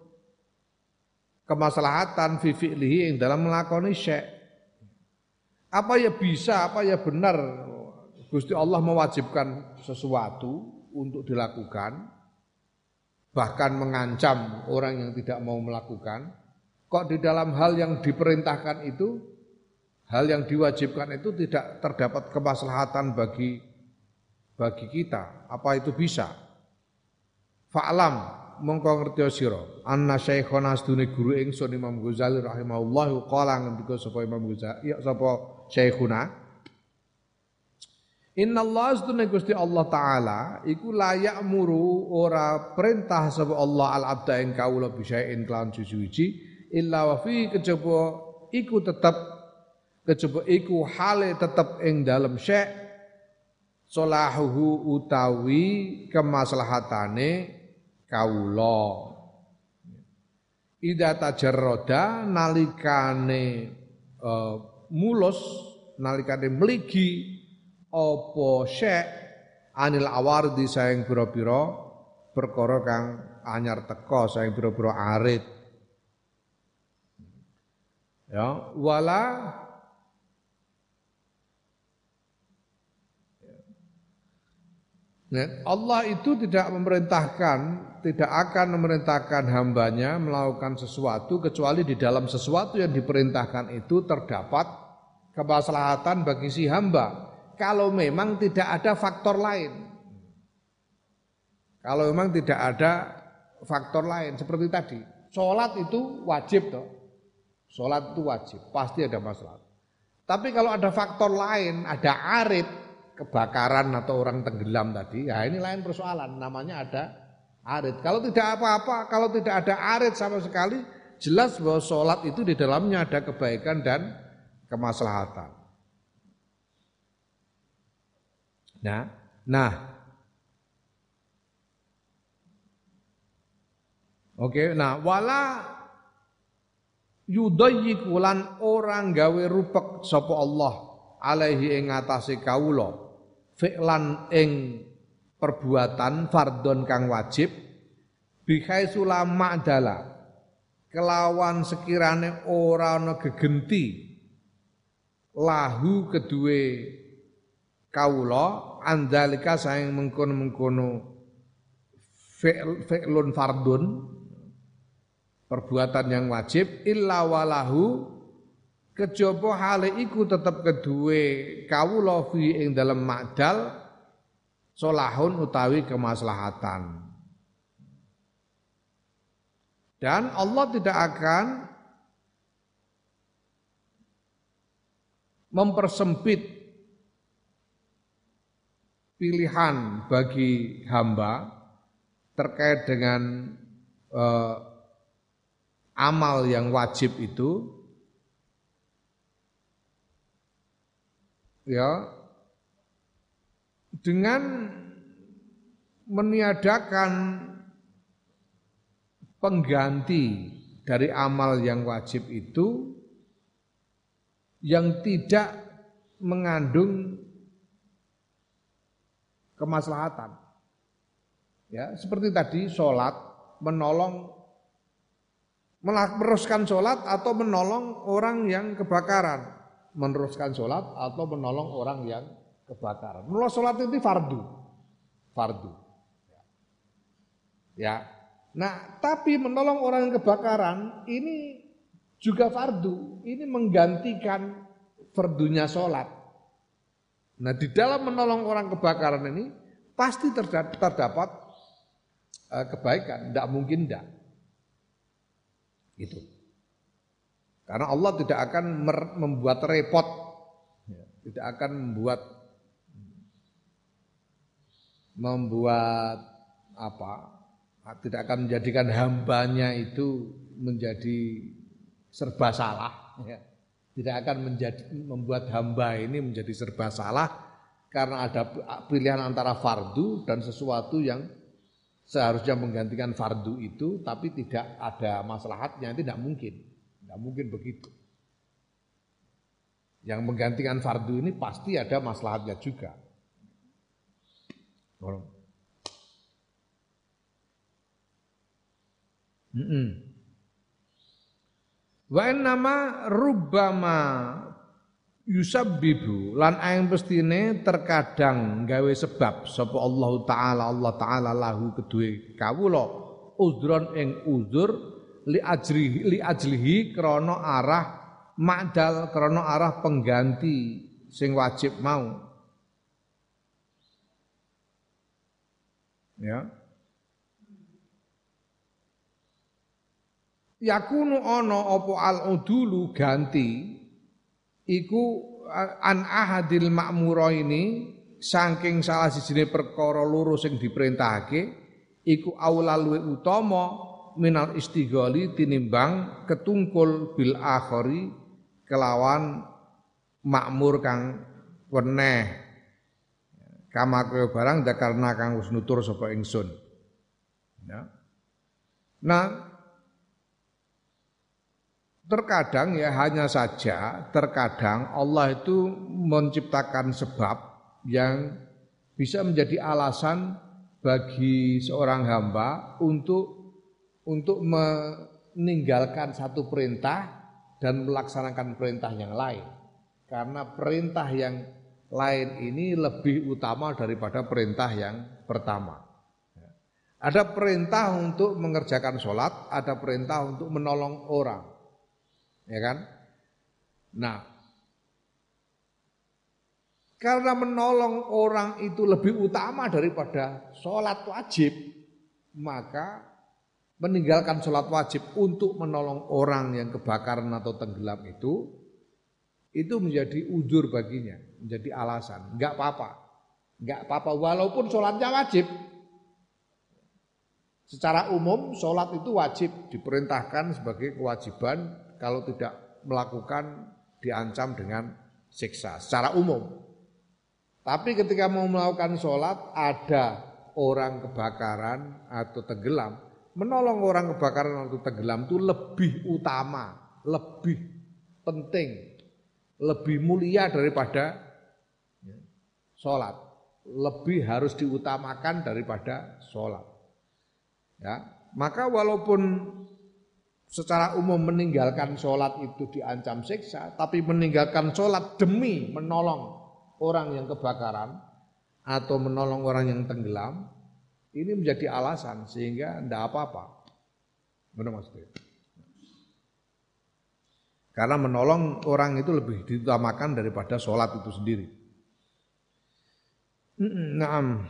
kemaslahatan fi fi'lihi ing dalam melakoni syek. Apa ya bisa, apa ya benar Gusti Allah mewajibkan sesuatu untuk dilakukan, bahkan mengancam orang yang tidak mau melakukan. Kok di dalam hal yang diperintahkan itu, hal yang diwajibkan itu tidak terdapat kemaslahatan bagi bagi kita? Apa itu bisa? Fa'lam mongko ngerti sira anna syekhona sedune guru ingsun Imam Ghazali rahimahullah qala ngendika sapa Imam Ghazali ya sapa syekhuna innallaha sedune Gusti Allah taala iku layak muru ora perintah sapa Allah al abda ing kawula bisain kelawan suci illa wa fi kejaba iku tetep kejaba iku hale tetep ing dalem syekh solahuhu utawi kemaslahatane kawula ida tajarroda nalikane uh, mulus nalikane mligi apa syekh anil awardi saing pira-pira perkara kang anyar teka saing pira-pira arit ya wala Allah itu tidak memerintahkan, tidak akan memerintahkan hambanya melakukan sesuatu kecuali di dalam sesuatu yang diperintahkan itu terdapat kemaslahatan bagi si hamba. Kalau memang tidak ada faktor lain, kalau memang tidak ada faktor lain seperti tadi, sholat itu wajib toh, sholat itu wajib, pasti ada masalah. Tapi kalau ada faktor lain, ada arid, kebakaran atau orang tenggelam tadi, ya ini lain persoalan, namanya ada arid. Kalau tidak apa-apa, kalau tidak ada arid sama sekali, jelas bahwa sholat itu di dalamnya ada kebaikan dan kemaslahatan. Nah, nah, oke, nah, wala yudayyiku lan orang gawe rupek sapa Allah alaihi ing atase kawula fi'lan ing perbuatan fardhon kang wajib bihai sulama adalah kelawan sekirane ora ana gegenti lahu kedue kawula andalika saing mengkono-mengkono fi'lun fardhun perbuatan yang wajib illa walahu kejaba hale iku tetep keduwe kawula fi ing dalem makdal solahun utawi kemaslahatan. Dan Allah tidak akan mempersempit pilihan bagi hamba terkait dengan eh, amal yang wajib itu, ya, dengan meniadakan pengganti dari amal yang wajib itu yang tidak mengandung kemaslahatan. Ya, seperti tadi sholat menolong meneruskan sholat atau menolong orang yang kebakaran, meneruskan sholat atau menolong orang yang kebakaran. Menolong sholat itu fardu, fardu. Ya, nah tapi menolong orang yang kebakaran ini juga fardu, ini menggantikan fardunya sholat. Nah di dalam menolong orang kebakaran ini pasti terdapat kebaikan, tidak mungkin tidak. Gitu. Karena Allah tidak akan membuat repot, tidak akan membuat membuat apa? Tidak akan menjadikan hambanya itu menjadi serba salah. Tidak akan menjadi, membuat hamba ini menjadi serba salah karena ada pilihan antara fardu dan sesuatu yang seharusnya menggantikan fardu itu, tapi tidak ada maslahatnya, tidak mungkin, tidak mungkin begitu. Yang menggantikan fardu ini pasti ada maslahatnya juga. Mm-mm. Wa nama rubbama yusabbibu lan aing pestine terkadang gawe sebab sapa Allah taala Allah taala lahu kedue kawula uzron ing uzur li ajrihi li ajlihi krana arah makdal krana arah pengganti sing wajib mau. Ya. Yakunu ana apa al udulu ganti iku an ahadil ma'mura ini saking salah sijine perkara loro sing diperintahake iku aula luwe utama minal istighali tinimbang ketungkul bil akhari kelawan makmur kang weneh kama kaya barang dakarna kang wis nutur sapa ingsun. Ya. Nah, terkadang ya hanya saja terkadang Allah itu menciptakan sebab yang bisa menjadi alasan bagi seorang hamba untuk untuk meninggalkan satu perintah dan melaksanakan perintah yang lain. Karena perintah yang lain ini lebih utama daripada perintah yang pertama. Ada perintah untuk mengerjakan sholat, ada perintah untuk menolong orang. Ya kan? Nah, karena menolong orang itu lebih utama daripada sholat wajib, maka meninggalkan sholat wajib untuk menolong orang yang kebakaran atau tenggelam itu, itu menjadi udzur baginya, menjadi alasan. Enggak apa-apa, enggak apa-apa walaupun sholatnya wajib. Secara umum sholat itu wajib, diperintahkan sebagai kewajiban. Kalau tidak melakukan diancam dengan siksa secara umum. Tapi ketika mau melakukan sholat ada orang kebakaran atau tenggelam, menolong orang kebakaran atau tenggelam itu lebih utama, lebih penting, lebih mulia daripada sholat. Lebih harus diutamakan daripada sholat. Ya, maka walaupun secara umum meninggalkan sholat itu diancam siksa, tapi meninggalkan sholat demi menolong orang yang kebakaran atau menolong orang yang tenggelam, ini menjadi alasan sehingga tidak apa-apa. Benar maksudnya? Karena menolong orang itu lebih diutamakan daripada sholat itu sendiri. Naam.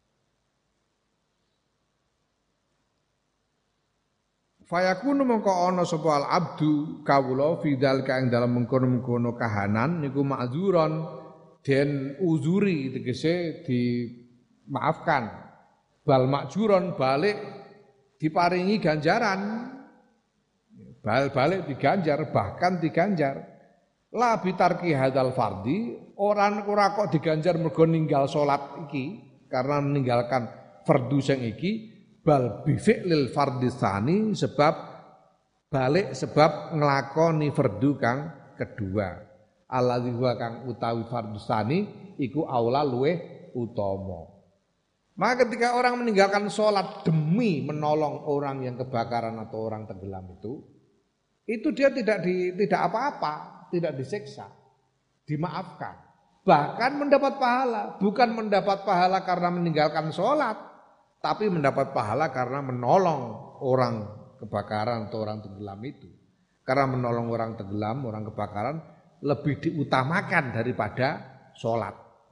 Fayakunu mongko ana sapa al abdu kawula fidal ka ing dalem mengkono-mengkono kahanan niku ma'dzuron den uzuri tegese dimaafkan. Bal makjuron balik diparingi ganjaran. Bal-balik diganjar, bahkan diganjar. La bitarki hadal fardi, orang ora kok diganjar mergo ninggal salat iki karena meninggalkan fardu sing iki, bal bi fi'lil fardi tsani sebab balik sebab nglakoni fardu kang kedua. Alladzi wa kang utawi fardu tsani iku aula luweh utama. Maka ketika orang meninggalkan salat demi menolong orang yang kebakaran atau orang tenggelam itu, itu dia tidak di, tidak apa-apa, tidak disiksa, dimaafkan, bahkan mendapat pahala. Bukan mendapat pahala karena meninggalkan sholat, tapi mendapat pahala karena menolong orang kebakaran atau orang tenggelam itu. Karena menolong orang tenggelam, orang kebakaran lebih diutamakan daripada sholat.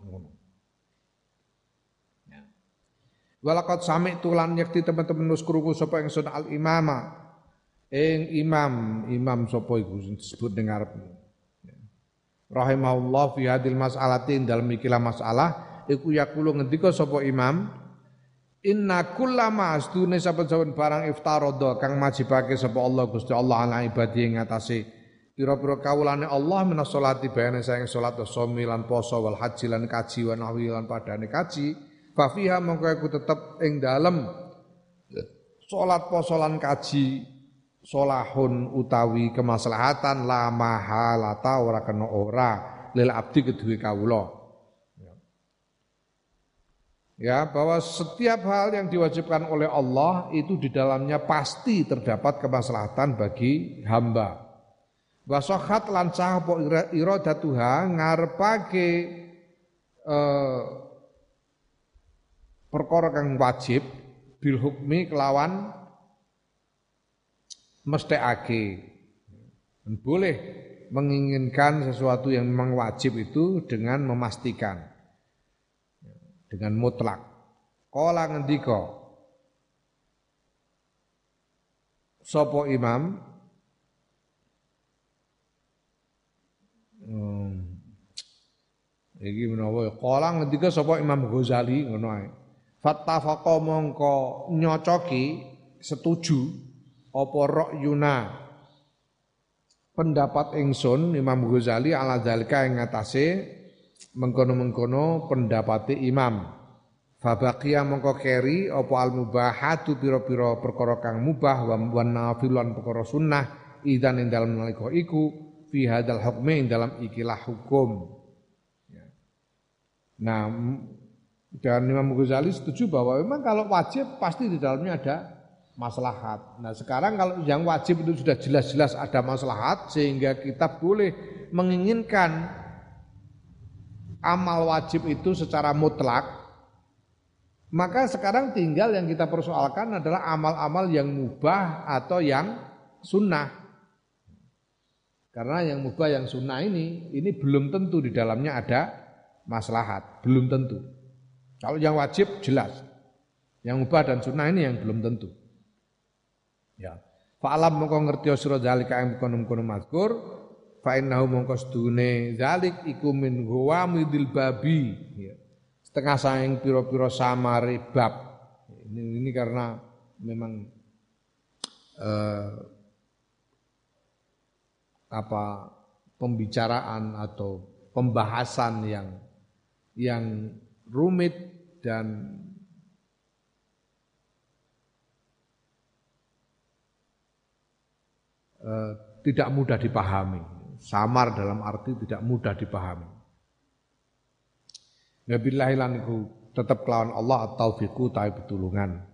Walaqad sami'tu lan yakti teman-teman nus krungu sapa ingsun al imama ing imam imam sapa iku disebut ning ngarep. Rahimahullah fi hadil mas'alati dalam ikilah masalah iku yaqulu ngendika sapa imam inna kullama astune saben-saben barang iftaradha kang majibake sapa Allah Gusti Allah ala ibadi ing atase pira-pira kawulane Allah minas sholati bayane saeng salat wasami lan poso wal haji lan kaji wa nahwi lan padane kaji fa fiha mongko iku tetep ing dalem salat poso lan kaji solahun utawi kemaslahatan la mahalata ora kena ora lil abdi kedue kawula. Ya, bahwa setiap hal yang diwajibkan oleh Allah itu di dalamnya pasti terdapat kemaslahatan bagi hamba. Wa sahhat lan sah apa iradatuha ngarepake eh, perkara kang wajib bil hukmi kelawan mesthekake. Boleh menginginkan sesuatu yang memang wajib itu dengan memastikan, dengan mutlak. Qala ngendika sapa imam hmm. Iki menawa qala ngendika sapa Imam Ghazali ngono ae. Fattafaqa mongko nyocoki setuju apa ra'yuna pendapat ingsun Imam Ghazali ala dzalika ing ngatasé mengkono-mengkono pendapate imam. Fabaqiya mongko keri apa al mubahatu pira-pira perkara kang mubah wa nafilan perkara sunnah idan ing dalem nalika iku fi hadzal hukmi ing dalam ikilah hukum. Nah, dan Imam Ghazali setuju bahwa memang kalau wajib pasti di dalamnya ada maslahat. Nah sekarang kalau yang wajib itu sudah jelas-jelas ada maslahat sehingga kita boleh menginginkan amal wajib itu secara mutlak, maka sekarang tinggal yang kita persoalkan adalah amal-amal yang mubah atau yang sunnah. Karena yang mubah yang sunnah ini ini belum tentu di dalamnya ada maslahat, belum tentu. Kalau yang wajib jelas, yang mubah dan sunnah ini yang belum tentu. Ya, fa'alam mongko ngerti sira zalika ing kono-kono mazkur fa innahu mongko sedune zalik iku min ghawamidil babi ya. Setengah saing pira-pira samare bab. Ini, ini karena memang eh, apa pembicaraan atau pembahasan yang yang rumit dan Uh, tidak mudah dipahami, samar dalam arti tidak mudah dipahami. Nabillahi lan iku tetep kelawan Allah at-taufiqu ta'i pitulungan.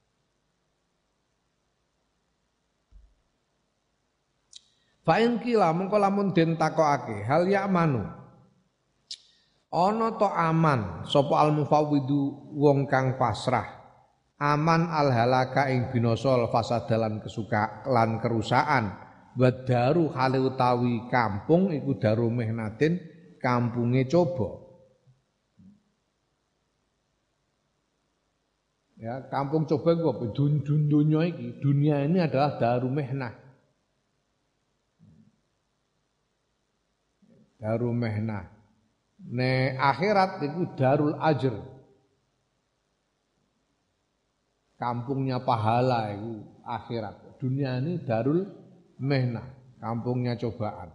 Fa in kila mengko lamun den takokake hal ya'manu ana to aman sapa al mufawwidu wong kang pasrah aman al halaka ing binasa fasadalan kesuka lan kerusakan wa daru hale utawi kampung iku daru mihnatin kampunge coba. Ya, kampung coba iku apa? Dun, dun, dunia iki, dunia ini adalah daru mihnah. Daru mihnah. Ne akhirat iku darul ajr. Kampungnya pahala itu akhirat. Dunia ini darul mihnah, kampungnya cobaan.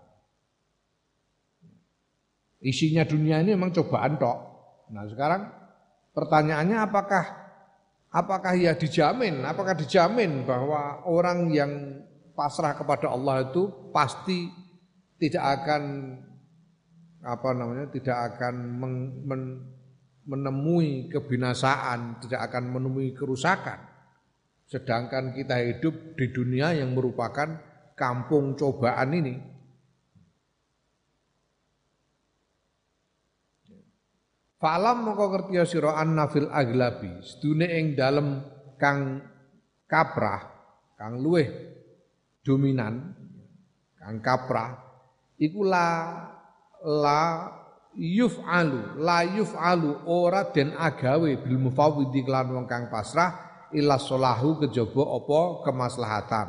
Isinya dunia ini memang cobaan tok. Nah, sekarang pertanyaannya apakah apakah ya dijamin, apakah dijamin bahwa orang yang pasrah kepada Allah itu pasti tidak akan apa namanya, tidak akan men, men, menemui kebinasaan, tidak akan menemui kerusakan. Sedangkan kita hidup di dunia yang merupakan kampung cobaan ini. Fa'lam mongko ngerti sira anna fil aglabi, sedune ing dalem kang kaprah, kang luweh dominan, kang kaprah iku la la yuf'alu la yuf'alu ora den agawe bil mufawwidhi lan wong kang pasrah illa solahu kejaba apa kemaslahatan.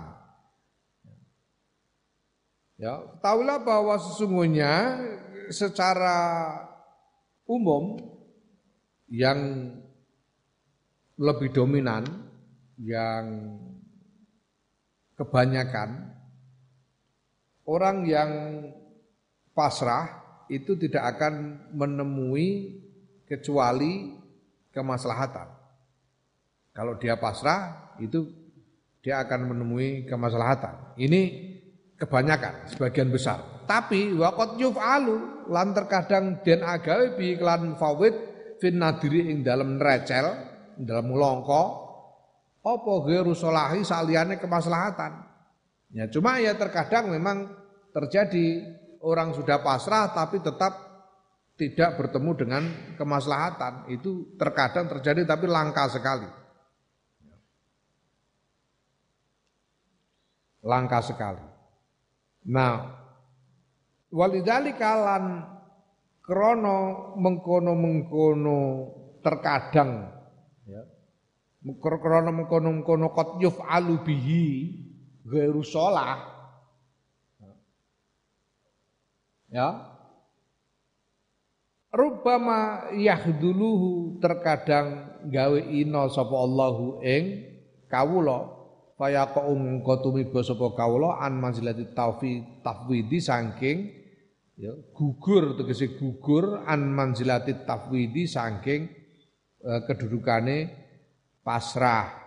Ya, tahulah bahwa sesungguhnya secara umum yang lebih dominan, yang kebanyakan orang yang pasrah itu tidak akan menemui kecuali kemaslahatan. Kalau dia pasrah itu dia akan menemui kemaslahatan. Ini kebanyakan, sebagian besar. Tapi waqat yuf'alu lan terkadang den agawe bi iklan fawid fin nadiri ing dalem recel, ing dalem longko apa ghairu solahi saliyane kemaslahatan. Ya cuma ya terkadang memang terjadi orang sudah pasrah tapi tetap tidak bertemu dengan kemaslahatan. Itu terkadang terjadi tapi langka sekali. Langka sekali. Nah, walidzalika lan krana mengkono-mengkono terkadang ya. Krana mengkono-mengkono qad yuf'alu bihi ghairu shalah. Ya, rubbama yahduluhu terkadang gawe ina sapa Allahu ing kawula fayaqum qatumiba sapa kawula an manzilati taufi tafwidi saking ya gugur tegese gugur an manzilati tafwidi saking eh, kedudukane pasrah.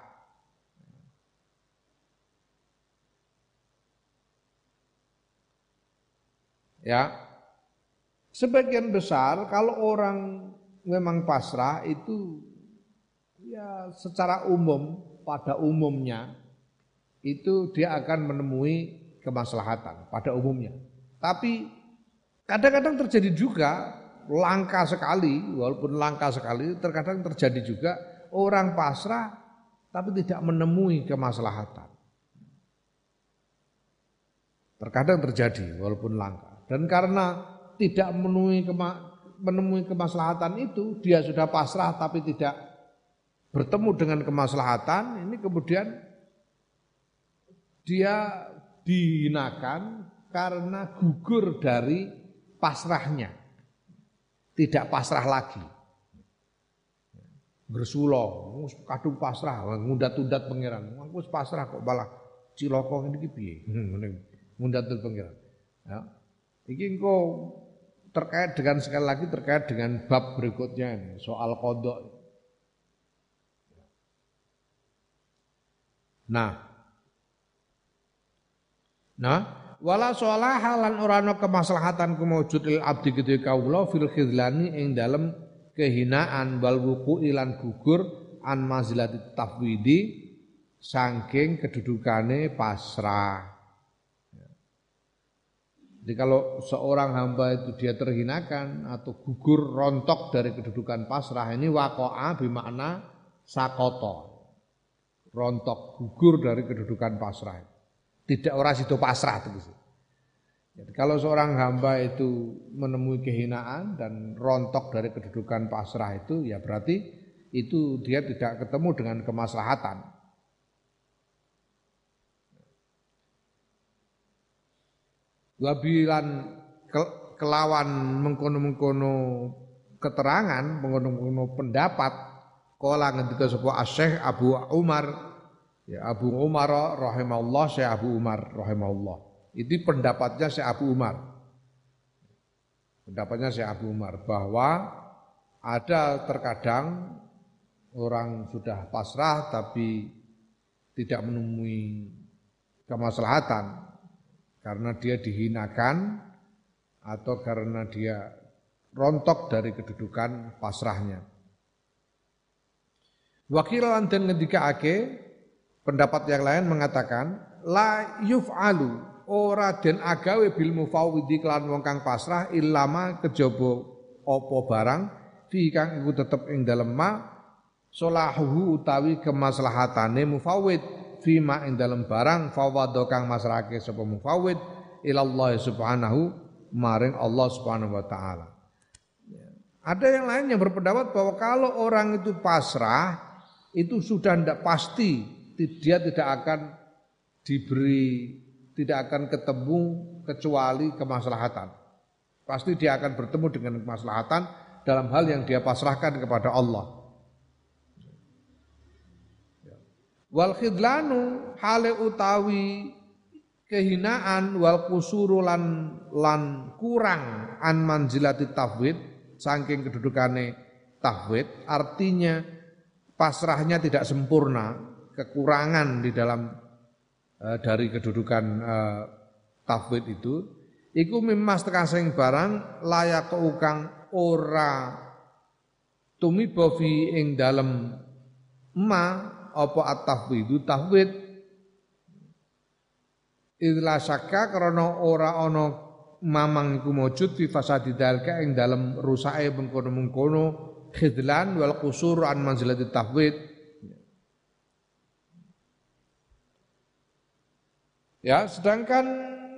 Ya, sebagian besar kalau orang memang pasrah itu ya secara umum pada umumnya itu dia akan menemui kemaslahatan pada umumnya. Tapi kadang-kadang terjadi juga langka sekali, walaupun langka sekali terkadang terjadi juga orang pasrah tapi tidak menemui kemaslahatan. Terkadang terjadi walaupun langka. Dan karena tidak menemui, kema, menemui kemaslahatan itu, dia sudah pasrah tapi tidak bertemu dengan kemaslahatan, ini kemudian dia dihinakan karena gugur dari pasrahnya. Tidak pasrah lagi. Bersulo, kadung pasrah, ngundat-undat pangeran. Aku pasrah kok malah ciloko ini piye? Ngundat-undat pangeran. Ya. Iki engko terkait dengan sekali lagi terkait dengan bab berikutnya ini, soal qadha. Nah. Nah, wala shalah lan ora ana kemaslahatan kumujudil abdi kedhe kawula fil khidlani ing dalem kehinaan wal wuqu'i lan gugur an manzilati tafwidi saking kedudukane pasrah. Jadi kalau seorang hamba itu dia terhinakan atau gugur rontok dari kedudukan pasrah, ini waqa'a bermakna sakoto, rontok gugur dari kedudukan pasrah. tidak ora sido pasrah terus. Jadi kalau seorang hamba itu menemui kehinaan dan rontok dari kedudukan pasrah itu, ya berarti itu dia tidak ketemu dengan kemaslahatan. Wabilan kelawan mengkono-mengkono keterangan, mengkono-mengkono pendapat, kala ngendika sapa Syekh Abu Umar, ya Abu Umar rahimahullah, Syekh Abu Umar rahimahullah. Itu pendapatnya Syekh Abu Umar. Pendapatnya Syekh Abu Umar bahwa ada terkadang orang sudah pasrah tapi tidak menemui kemaslahatan karena dia dihinakan atau karena dia rontok dari kedudukan pasrahnya. Wakil lan den ngendikaake pendapat yang lain mengatakan la yuf'alu ora den agawe bil mufawwidhi kelan wong kang pasrah ilama kejaba apa barang fi kang iku tetep ing dalem ma solahuhu utawi kemaslahatane mufawwid fi ma ing dalem barang fawwadha kang masrahake sapa mufawwid ilallah subhanahu maring Allah subhanahu wa taala. Ada yang lain yang berpendapat bahwa kalau orang itu pasrah itu sudah tidak pasti dia tidak akan diberi, tidak akan ketemu kecuali kemaslahatan. Pasti dia akan bertemu dengan kemaslahatan dalam hal yang dia pasrahkan kepada Allah. Wal khidlanu hale utawi kehinaan wal kusuru lan lan kurang an manzilati tafwid saking kedudukane tafwid, artinya pasrahnya tidak sempurna, kekurangan di dalam uh, dari kedudukan uh, tafwid itu iku mimas tekasing barang layak ukang ora tumiba fi ing dalem ma apa at-tafwidu tafwid idla syakka karena ora ana mamang iku mujud fi fasadi dalka ing dalem rusake mengkono-mengkono khidlan wal qusur an manzilati tafwid. Ya, sedangkan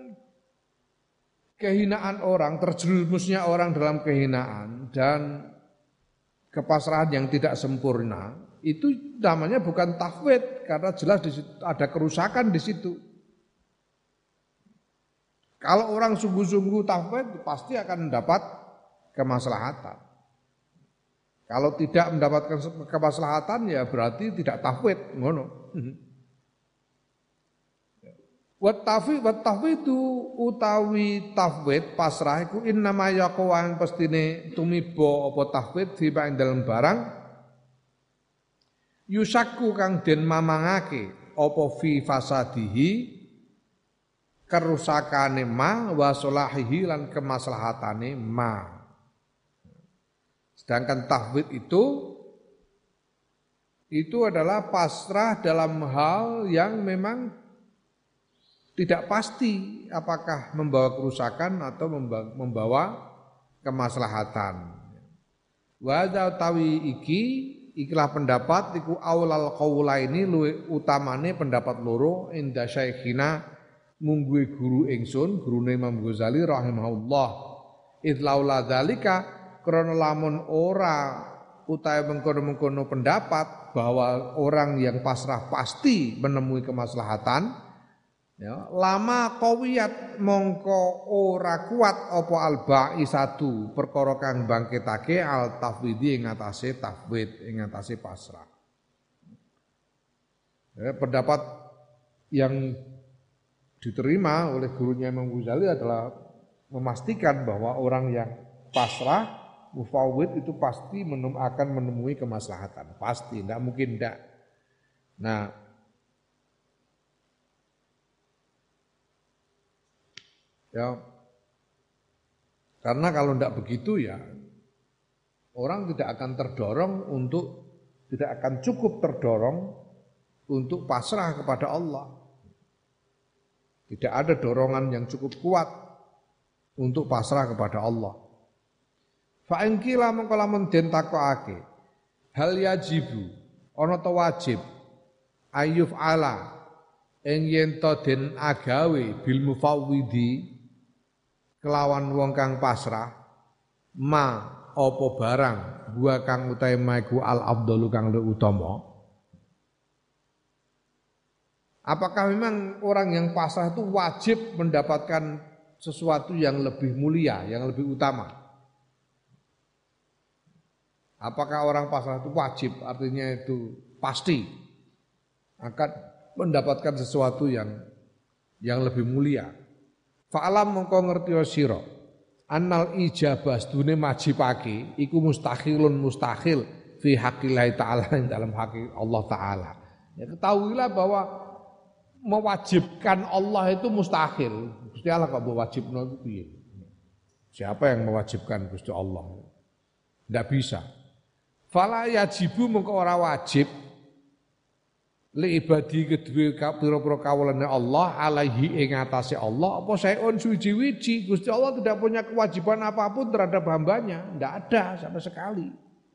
kehinaan orang, terjerumusnya orang dalam kehinaan dan kepasrahan yang tidak sempurna, itu namanya bukan tafwid karena jelas di situ ada kerusakan di situ. Kalau orang sungguh-sungguh tafwid pasti akan mendapat kemaslahatan. Kalau tidak mendapatkan kemaslahatan ya berarti tidak tafwid, ngono. Wat tafwid wat tafwidu utawi tafwid pasrah iku innama yaqwa pestine tumiba apa tafwid fi ing dalem barang yusakku kang den mamangake apa fi fasadihi kerusakane ma wa solahihi lan kemaslahatane ma. Sedangkan tafwid itu itu adalah pasrah dalam hal yang memang tidak pasti apakah membawa kerusakan atau membawa kemaslahatan. Wa tawi iki ikilah pendapat iku aulal qaula ini luwih utamane pendapat loro inda syekhina mungguhe guru ingsun gurune Imam Ghazali rahimahullah. Idlaula dzalika krana lamun ora utahe mengkono-mengkono pendapat bahwa orang yang pasrah pasti menemui kemaslahatan. Ya, lama qawiyat mongko ora kuat apa alba'i satu perkara kang bangkitake al tafwidi ing atase tafwid ing atase pasrah. Ya, pendapat yang diterima oleh gurunya Imam Ghazali adalah memastikan bahwa orang yang pasrah mufawwid itu pasti menem, akan menemui kemaslahatan, pasti, tidak mungkin tidak. Nah, ya, karena kalau tidak begitu ya orang tidak akan terdorong untuk, tidak akan cukup terdorong untuk pasrah kepada Allah. Tidak ada dorongan yang cukup kuat untuk pasrah kepada Allah. Fa in qila mongko lamun den takokake hal yajibu ana ta wajib ayyuf ala ing yen to den agawe bil mufawwidi kelawan wong kang pasrah ma apa barang gua kang utahe maiku al afdalu kang luwih utama. Apakah memang orang yang pasrah itu wajib mendapatkan sesuatu yang lebih mulia, yang lebih utama? Apakah orang pasrah itu wajib, artinya itu pasti akan mendapatkan sesuatu yang yang lebih mulia? Fa'alam mongko ngerti sira annal ijabah sedune majibake iku mustahilun mustahil fi haqqillah taala dalam hak Allah taala. Ya ketahuilah bahwa mewajibkan Allah itu mustahil. Gusti Allah kok mewajibno itu piye? Siapa yang mewajibkan Gusti Allah? Tidak bisa. Fala yajibu mengko ora wajib li ibadi kedue pira-pira kawulane Allah alaihi ing atase Allah apa saeun suci-wici. Gusti Allah tidak punya kewajiban apapun terhadap hambanya, tidak ada sama sekali.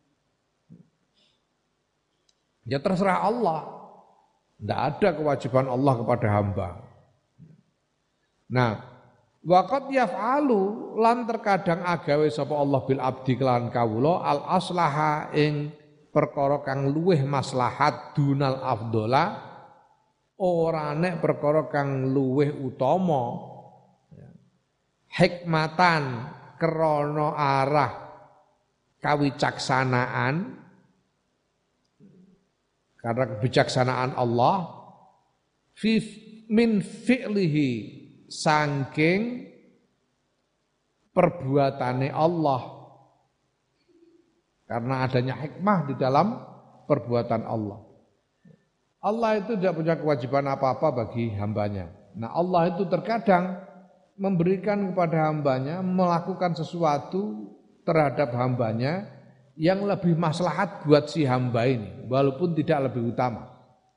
Ya terserah Allah. Tidak ada kewajiban Allah kepada hamba. Nah, waqad yaf'alu lan terkadang agawe sapa Allah bil abdi kelan kawula al aslaha ing perkara kang luweh maslahat dunal afdola ora nek perkara kang luweh utama hikmatan krana arah kawicaksanaan karena kebijaksanaan Allah fi min fi'lihi saking perbuatane Allah. Karena adanya hikmah di dalam perbuatan Allah. Allah itu tidak punya kewajiban apa-apa bagi hambanya. Nah Allah itu terkadang memberikan kepada hambanya melakukan sesuatu terhadap hambanya yang lebih maslahat buat si hamba ini, walaupun tidak lebih utama,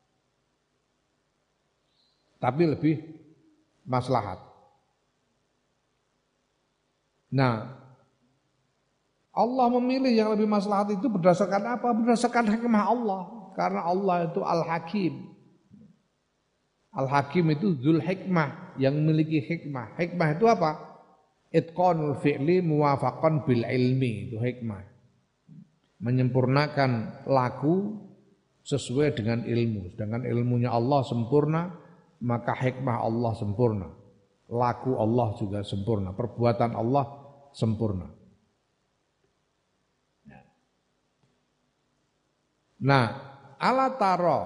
tapi lebih maslahat. Nah, Allah memilih yang lebih maslahat itu berdasarkan apa? Berdasarkan hikmah Allah, karena Allah itu Al-Hakim. Al-Hakim itu Dzul Hikmah, yang memiliki hikmah. Hikmah itu apa? Itqanul fi'li muwafaqan bil ilmi, itu hikmah. Menyempurnakan laku sesuai dengan ilmu. Sedangkan ilmunya Allah sempurna, maka hikmah Allah sempurna. Laku Allah juga sempurna, perbuatan Allah sempurna. Nah, ala taro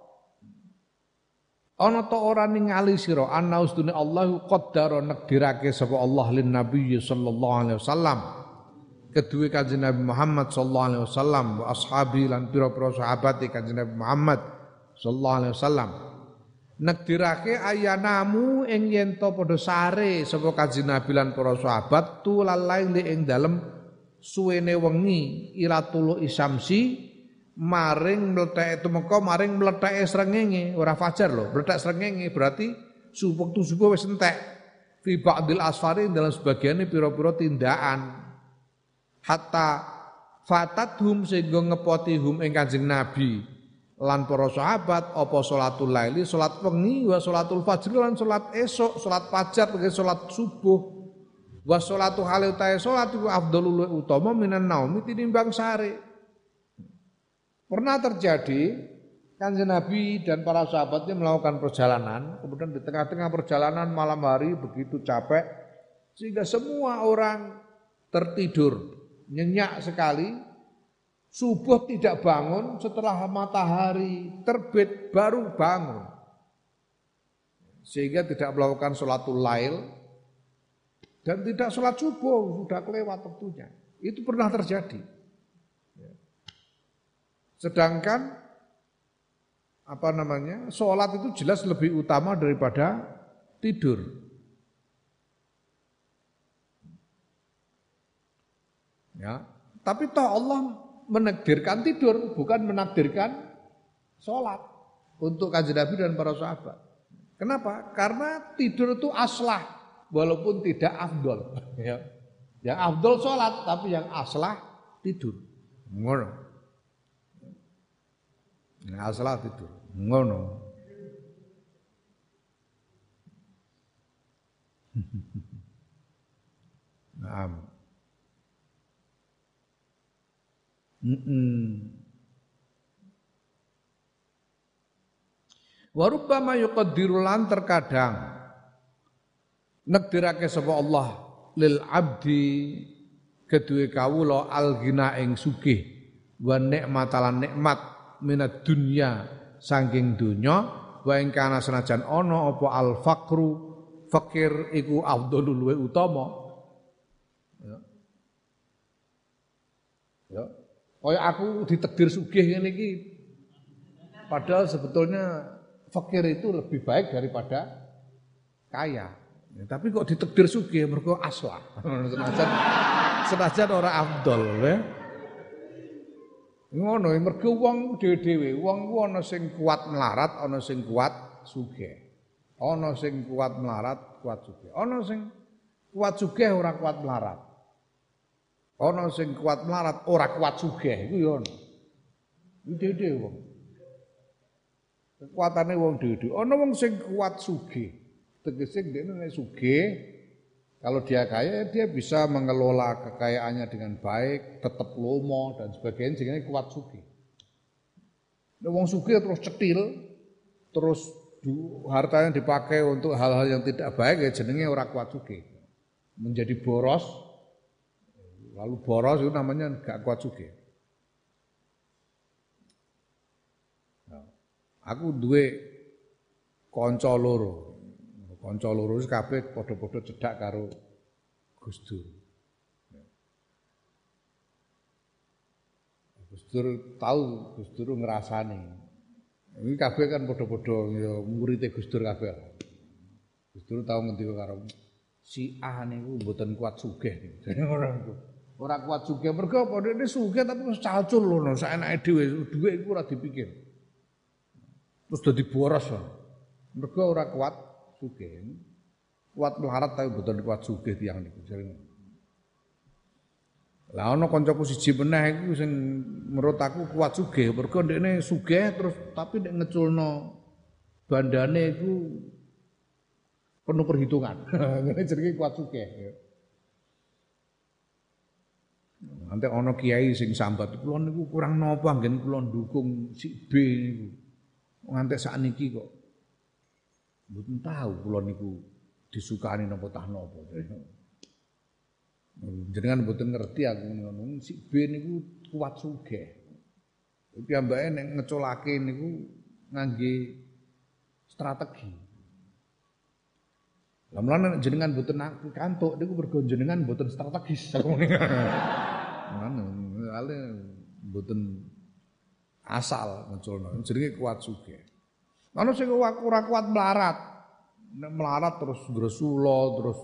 ana ta ora ningali sira ana ustune Allah qaddara nekdirake sapa Allah lin nabi sallallahu alaihi wasallam kedue Kanjeng Nabi Muhammad sallallahu alaihi wasallam wa ashabi lan pira-pira sahabate Kanjeng Nabi Muhammad sallallahu alaihi wasallam nekdirake ayanamu ing yen to padha sare sapa Kanjeng Nabi lan para sahabat tulal laili ing dalem suwene wengi ila tulu isamsi maring mletheke tumeka maring mletheke srengenge ora fajar lho mlethek srengenge berarti subuh tu subuh wis entek fi ba'dil asfari dalam sebagiane pira-pira tindakan hatta fatathum sehingga ngepoti hum ing Kanjeng Nabi lan para sahabat apa salatul laili salat wengi wa salatul fajr lan salat esuk salat fajar tegese salat subuh wa salatu halutae salat iku afdhalul utama minan naumi tinimbang sare. Pernah terjadi Kanjeng Nabi dan para sahabatnya melakukan perjalanan, kemudian di tengah-tengah perjalanan malam hari begitu capek sehingga semua orang tertidur, nyenyak sekali. Subuh tidak bangun, setelah matahari terbit baru bangun. Sehingga tidak melakukan sholatul lail dan tidak sholat subuh, sudah kelewat waktunya. Itu pernah terjadi. Sedangkan apa namanya? Sholat itu jelas lebih utama daripada tidur. Ya, tapi toh Allah menakdirkan tidur, bukan menakdirkan sholat untuk Kanjeng Nabi dan para sahabat. Kenapa? Karena tidur itu aslah, walaupun tidak afdol. Ya. Yang afdol sholat, tapi yang aslah tidur. Ngono. Yang aslah tidur. Ngono. Naam. Mm-mm. Wa rubbama yuqaddiru lan terkadang nekdirake sapa Allah lil abdi kedue kawula al ghina ing sugih wa nikmatalan nikmat minad dunya saking donya wa ing kana senajan ana apa al faqru fakir iku afdhalul luwih utama ya ya kaya aku ditakdir sugih ngene iki padahal sebetulnya fakir itu lebih baik daripada kaya ya, tapi kok ditakdir sugih mergo aslah senajan senajan ora afdol ya ngono mergo wong dhewe-dhewe wong ku ana sing kuat melarat ana sing kuat sugih ana sing kuat melarat kuat sugih ana sing kuat sugih ora kuat melarat ana sing kuat melarat ora kuat sugih iku ya ono dhewe-dhewe wong kekuatane wong dhewe-dhewe ana wong sing kuat sugih tegese ndekne nek sugih kalau dia kaya dia bisa mengelola kekayaannya dengan baik tetap lomo dan sebagainya jenenge kuat sugih nek wong sugih terus cetil terus hartanya dipakai untuk hal-hal yang tidak baik ya jenenge ora kuat sugih menjadi boros lalu boros itu namanya gak kuat sugih. Aku duwe kanca loro. Kanca loro wis kabeh padha-padha cedhak karo Gus Dur. Gus Dur tahu, Gus Dur ngrasani. Iki kabeh kan padha-padha ya murid Gus Dur kabeh. Gus Dur tahu ngendika karo si A niku mboten kuat sugih. Jane ora ora kuat sugih mergo apa dhekne sugih tapi wis calcul lho saenake dhewe dhuwit iku ora dipikir. Terus dadi boros. Mergo ora kuat sugih. Kuat melarat tapi mboten kuat sugih tiyang niku sering. Lah ana kancaku siji meneh iku sing menurut aku kuat sugih mergo ndekne sugih terus tapi nek ngeculno bandane iku penuh perhitungan. Ngene jenenge kuat sugih. Nanti ana kiai sing sambat kula niku kurang napa anggen kula ndukung si B niku. Nganti sakniki kok mboten tahu kula niku disukani napa tah napa. Jenengan mboten ngerti aku ngono. Si B niku kuat sugih. Piyambake nek ngeculake niku ngangge strategi. Lah mulane jenengan mboten kantuk niku mergo jenengan mboten strategis. Ngono, ale mboten asal ngeculno. Jenenge kuat sugih. Ana sing ora kuat melarat. Nek melarat terus gresula terus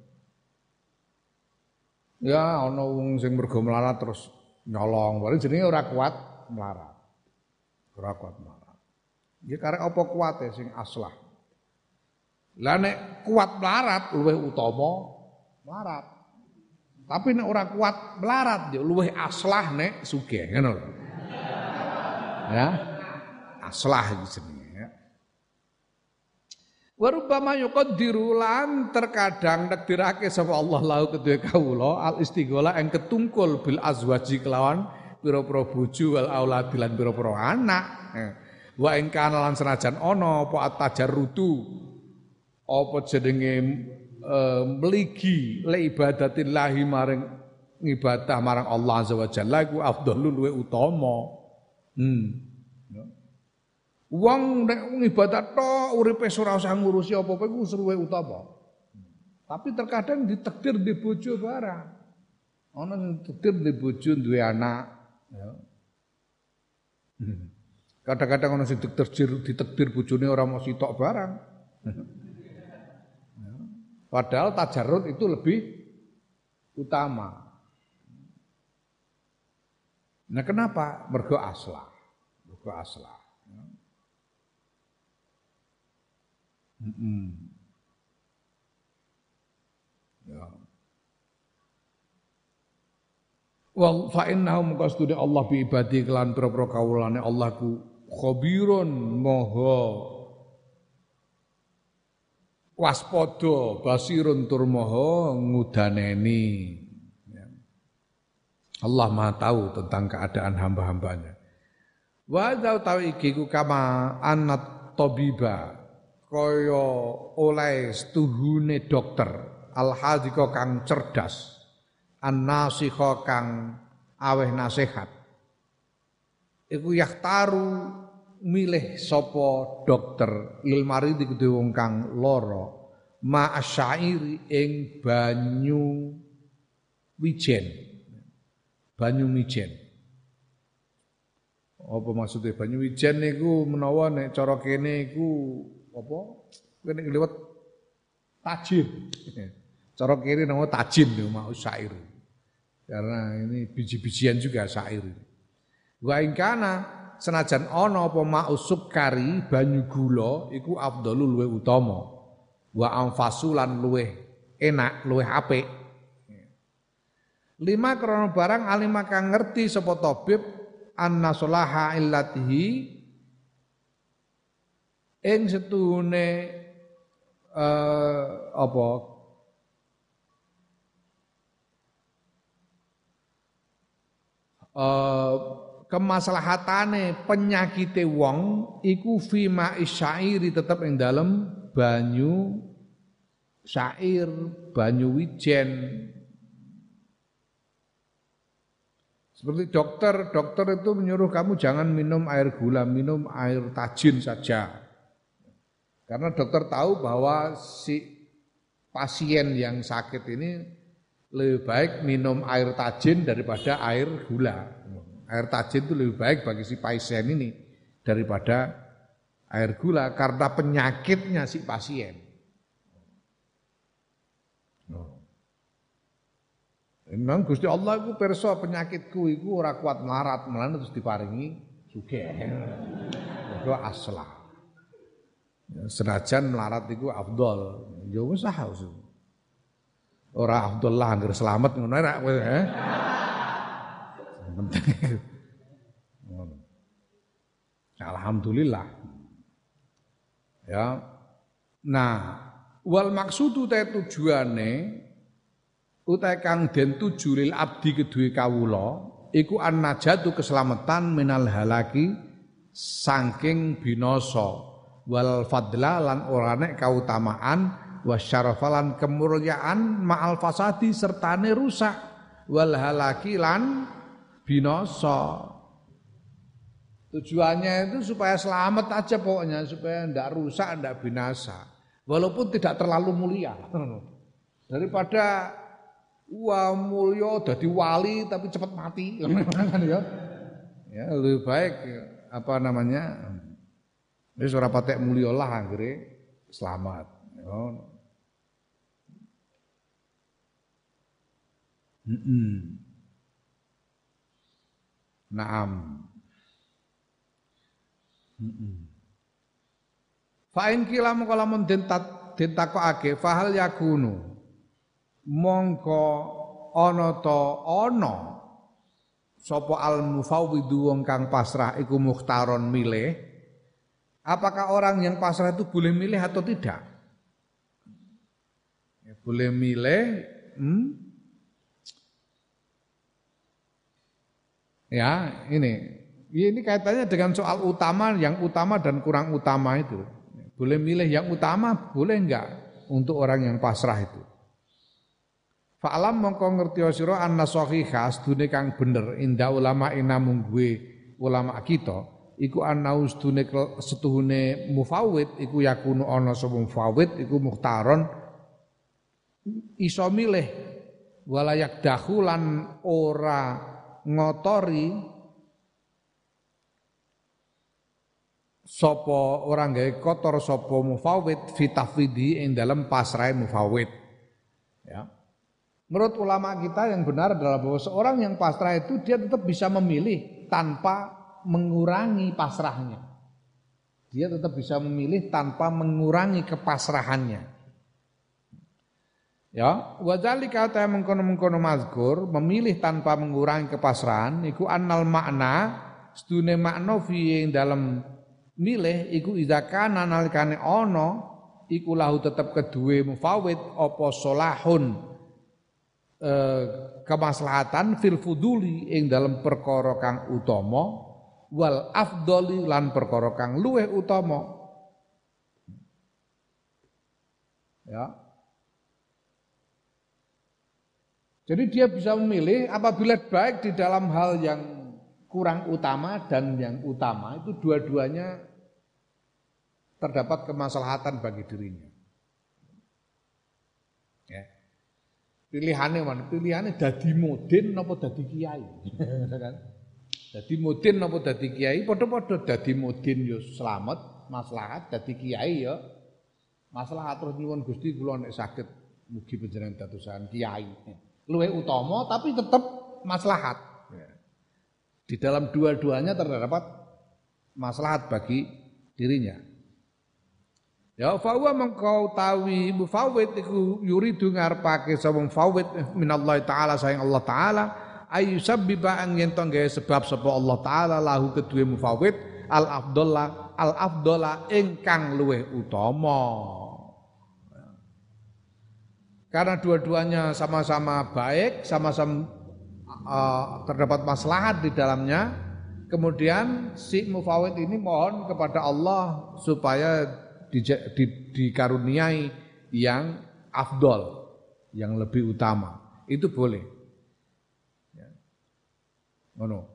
ya ana wong sing mergo melarat terus nyolong. Berarti jenenge ora kuat melarat. Ora kuat melarat. Ya karek apa kuate sing aslah. Lah nek kuat melarat luwih utama melarat. Tapi nek ora kuat melarat ya luwih aslah nek sugih ngono lho. Ya. Aslah iki jenenge ya. Wa rubbama yuqaddiru lan terkadang nekdirake sapa Allah lahu kedue kawula al istighala ing ketungkul bil azwaji kelawan pira-pira bojo wal aulad lan pira-pira anak. Wa ing kana lan senajan ana apa at-tajarrutu apa jenenge e, mligi le ibadatillahi maring ibadah marang Allah azza wa jalla iku afdhalul luwih utama. Hmm. Wong nek ibadah tok uripe ora usah ngurusi apa-apa iku luwih utama. Tapi terkadang ditakdir di bojo barang. Ana sing takdir di bojo duwe anak ya. Kadang-kadang ana sing ditakdir ditakdir bojone ora mau sitok barang. Padahal tajarrud itu lebih utama. Nah kenapa? Mergo aslah. Mergo aslah. Mm-mm. Ya. Wal fa innahum qasdudi Allah bi ibadi kelan pira-pira kawulane Allah ku khabirun maha waspada basirun tur maha ngudaneni. Allah Maha tahu tentang keadaan hamba-hambanya. Wa tahu iki ku kama annat tabiba kaya oleh setuhune dokter al-hadika kang cerdas an-nasikha kang aweh nasihat iku yahtaru milih sapa dokter lil maridi kudu wong kang lara ma asyairi ing banyu wijen banyu mijen. Apa maksudnya banyu wijen niku menawa nek cara kene iku apa? Kene liwat tajin. Cara kene nama tajin niku mau syair. Karena ini biji-bijian juga syair. Wa ingkana senajan ana apa ma'us sukari banyu gula iku afdhalul luwih utama. Wa anfasulan luwih enak, luwih apik. Lima krono barang alima kang ngerti sapa tabib anna solaha illatihi ing setune eh, apa eh, kemaslahatane penyakite wong iku fima isyairi tetep ing dalem banyu syair banyu wijen. Seperti dokter, dokter itu menyuruh kamu jangan minum air gula, minum air tajin saja. Karena dokter tahu bahwa si pasien yang sakit ini lebih baik minum air tajin daripada air gula. Air tajin itu lebih baik bagi si pasien ini daripada air gula karena penyakitnya si pasien. Memang Gusti Allah iku pirsa penyakitku iku ora kuat melarat, melane terus diparingi sugih. Iku aslah. Senajan melarat iku afdol, ya wis sah. Ora afdol lah anggere slamet ngono nek kowe eh. Alhamdulillah. Ya. Nah, wal maksudu te tujuane utai kang den tuju lil abdi kedue kawula iku an-najatu keselamatan minal halaki saking binasa wal fadla lan orane kautamaan wasyarafalan kemuliaan ma'al fasadi sertane rusak wal halaki lan binasa. Tujuannya itu supaya selamat aja pokoknya, supaya ndak rusak, ndak binasa. Walaupun tidak terlalu mulia. Daripada wah mulya dadi wali tapi cepat mati kan ya. Ya lebih baik apa namanya? Wis ora patek mulya lah anggere selamat. Ya. Heeh. Naam. Heeh. Fa in kila mongko lamun den takokake fahal yakunu mongko ana ta ana sapa al mufawwidu wong kang pasrah iku mukhtaron milih. Apakah orang yang pasrah itu boleh milih atau tidak? Ya, boleh milih. Hmm? Ya, ini. Ini kaitannya dengan soal utama, yang utama dan kurang utama itu. Boleh milih yang utama, boleh enggak untuk orang yang pasrah itu? Fa'alam mongko ngerti sira anna sahihah sedune kang bener inda ulama ina mungguwe ulama kita iku ana sedune setuhune mufawwid iku yakunu ana sapa mufawwid iku mukhtaron iso milih walayak dakhulan ora ngotori sapa orang gawe kotor sapa mufawwid fi tafwidi ing dalem pasrahe mufawwid. Ya. Menurut ulama kita yang benar adalah bahwa seorang yang pasrah itu dia tetap bisa memilih tanpa mengurangi pasrahnya. Dia tetap bisa memilih tanpa mengurangi kepasrahannya. Ya, wa dzalika ta mengkono-mengkono mazkur, memilih tanpa mengurangi kepasrahan iku annal makna sedune makna fi ing dalam milih iku idza kana nalikane ana iku lahu tetep kedue mufawwid apa solahun eh, kemaslahatan fil fuduli ing dalam perkara kang utama wal afdoli lan perkara kang luweh utama. Ya. Jadi dia bisa memilih apabila baik di dalam hal yang kurang utama dan yang utama itu dua-duanya terdapat kemaslahatan bagi dirinya. Ya. Pilihannya mana? Pilihannya dadi mudin napa dadi kiai. Kan? Dadi mudin napa dadi kiai? Padha-padha dadi mudin ya slamet, maslahat, dadi kiai ya maslahat. Terus nyuwun Gusti kula nek saged mugi panjenengan dadosan kiai. Luwih utama tapi tetap maslahat. Di dalam dua-duanya terdapat maslahat bagi dirinya. Ya fa huwa mengkau tawi mufawwid iku yuridu ngarepake sapa mufawwid minallahi taala sayang Allah taala ayu sabbiba ang yen to gawe sebab sapa Allah taala lahu kedue mufawwid al afdalla al afdalla ingkang luwih utama. Karena dua-duanya sama-sama baik, sama-sama uh, terdapat maslahat di dalamnya. Kemudian si mufawwid ini mohon kepada Allah supaya di, di, dikaruniai yang afdol, yang lebih utama. Itu boleh. Ya. Ngono.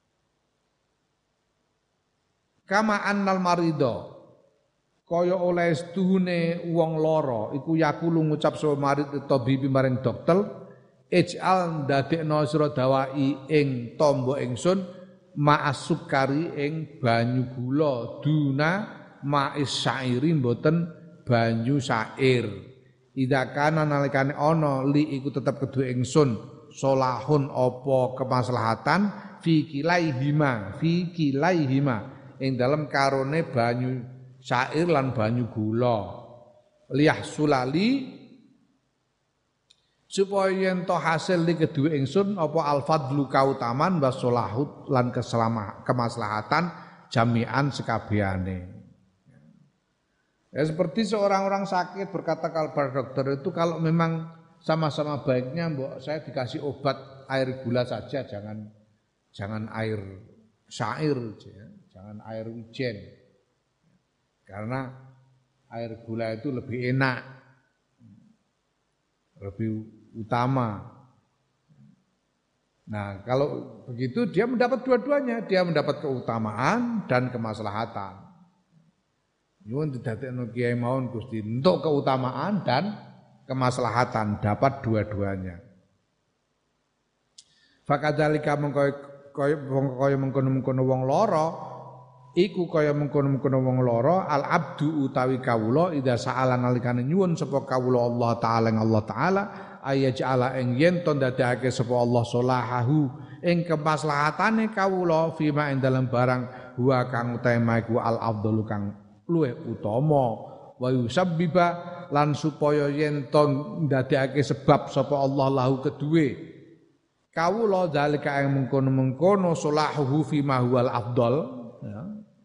Kama annal marido kaya oleh setuhune wong lara iku yakulu ngucap sapa marid tabibi maring dokter ij'al ndadekno sira dawai ing tombo ingsun ma'as sukari ing banyu gula duna ma'is syairi mboten banyu syair ida kana nalikane ana li iku tetep kedue ingsun solahun apa kemaslahatan fi kilaihima fi kilaihima ing dalem karone banyu syair lan banyu gula liyah sulali supaya yen to hasil li kedue ingsun apa al-fadlu kautaman wa solahut lan keselamatan kemaslahatan jami'an sekabehane. Ya seperti seorang orang sakit berkata kepada dokter itu kalau memang sama-sama baiknya mbok saya dikasih obat air gula saja jangan jangan air syair jangan air wijen. Karena air gula itu lebih enak, lebih utama. Nah, kalau begitu dia mendapat dua-duanya, dia mendapat keutamaan dan kemaslahatan. Nyuwun didadekno kiai mawon Gusti untuk keutamaan dan kemaslahatan dapat dua-duanya. Fakadzalika mengko kaya mengkono-mengkono wong lara iku kaya mengkono-mengkono wong lara al abdu utawi kawula ida sa'ala nalikane nyuwun sapa kawula Allah taala ing Allah taala ayaj'ala ing yen to ndadekake sapa Allah solahahu ing kemaslahatane kawula fima ing dalem barang huwa kang utama iku al afdalu kang luwih utama wa yusabbiba lan supaya yen to ndadekake sebab sapa Allah lahu kedue kawula zalika ing mengkono-mengkono solahuhu fima huwal afdal ya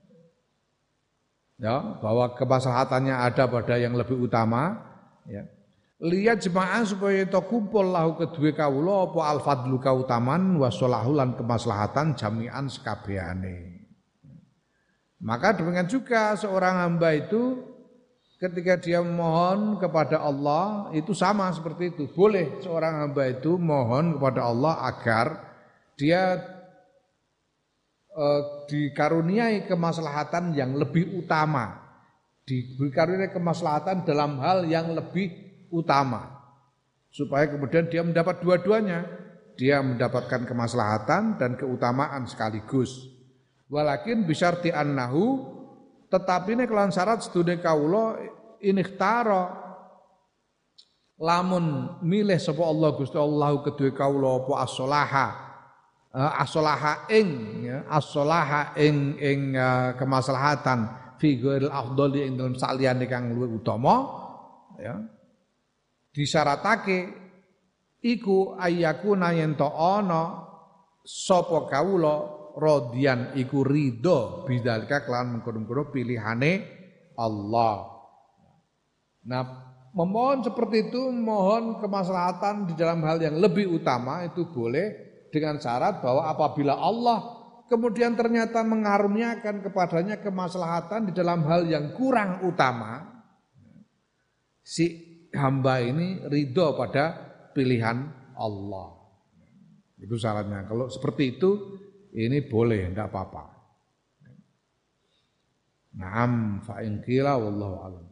ya bahwa kemaslahatannya ada pada yang lebih utama ya lihat jemaah supaya itu kumpul lahu kedue kawula apa al fadlu kautaman wa solahu lan kemaslahatan jami'an sekabehane. Maka demikian juga seorang hamba itu ketika dia mohon kepada Allah itu sama seperti itu. Boleh seorang hamba itu mohon kepada Allah agar dia Uh, dikaruniai kemaslahatan yang lebih utama, dikaruniai kemaslahatan dalam hal yang lebih utama, supaya kemudian dia mendapat dua-duanya, dia mendapatkan kemaslahatan dan keutamaan sekaligus. Walakin bisyarti annahu, tetapi ini kelan syarat sedune kawula inikhtara lamun milih sapa Allah Gusti Allah kedue kawula apa as-solaha as-solaha ing ya as-solaha ing ing uh, kemaslahatan fi ghairil afdhali ing dalem saliyane kang luwih utama ya disyaratake iku ayyakuna yen to ana sapa kawula radian iku ridho bidzalika kelan mengkono-kono pilihane Allah. Nah, memohon seperti itu, mohon kemaslahatan di dalam hal yang lebih utama itu boleh dengan syarat bahwa apabila Allah kemudian ternyata mengaruniakan kepadanya kemaslahatan di dalam hal yang kurang utama, si hamba ini ridho pada pilihan Allah. Itu syaratnya. Kalau seperti itu, ini boleh, tidak apa-apa. Naam fa in qila wallahu alam.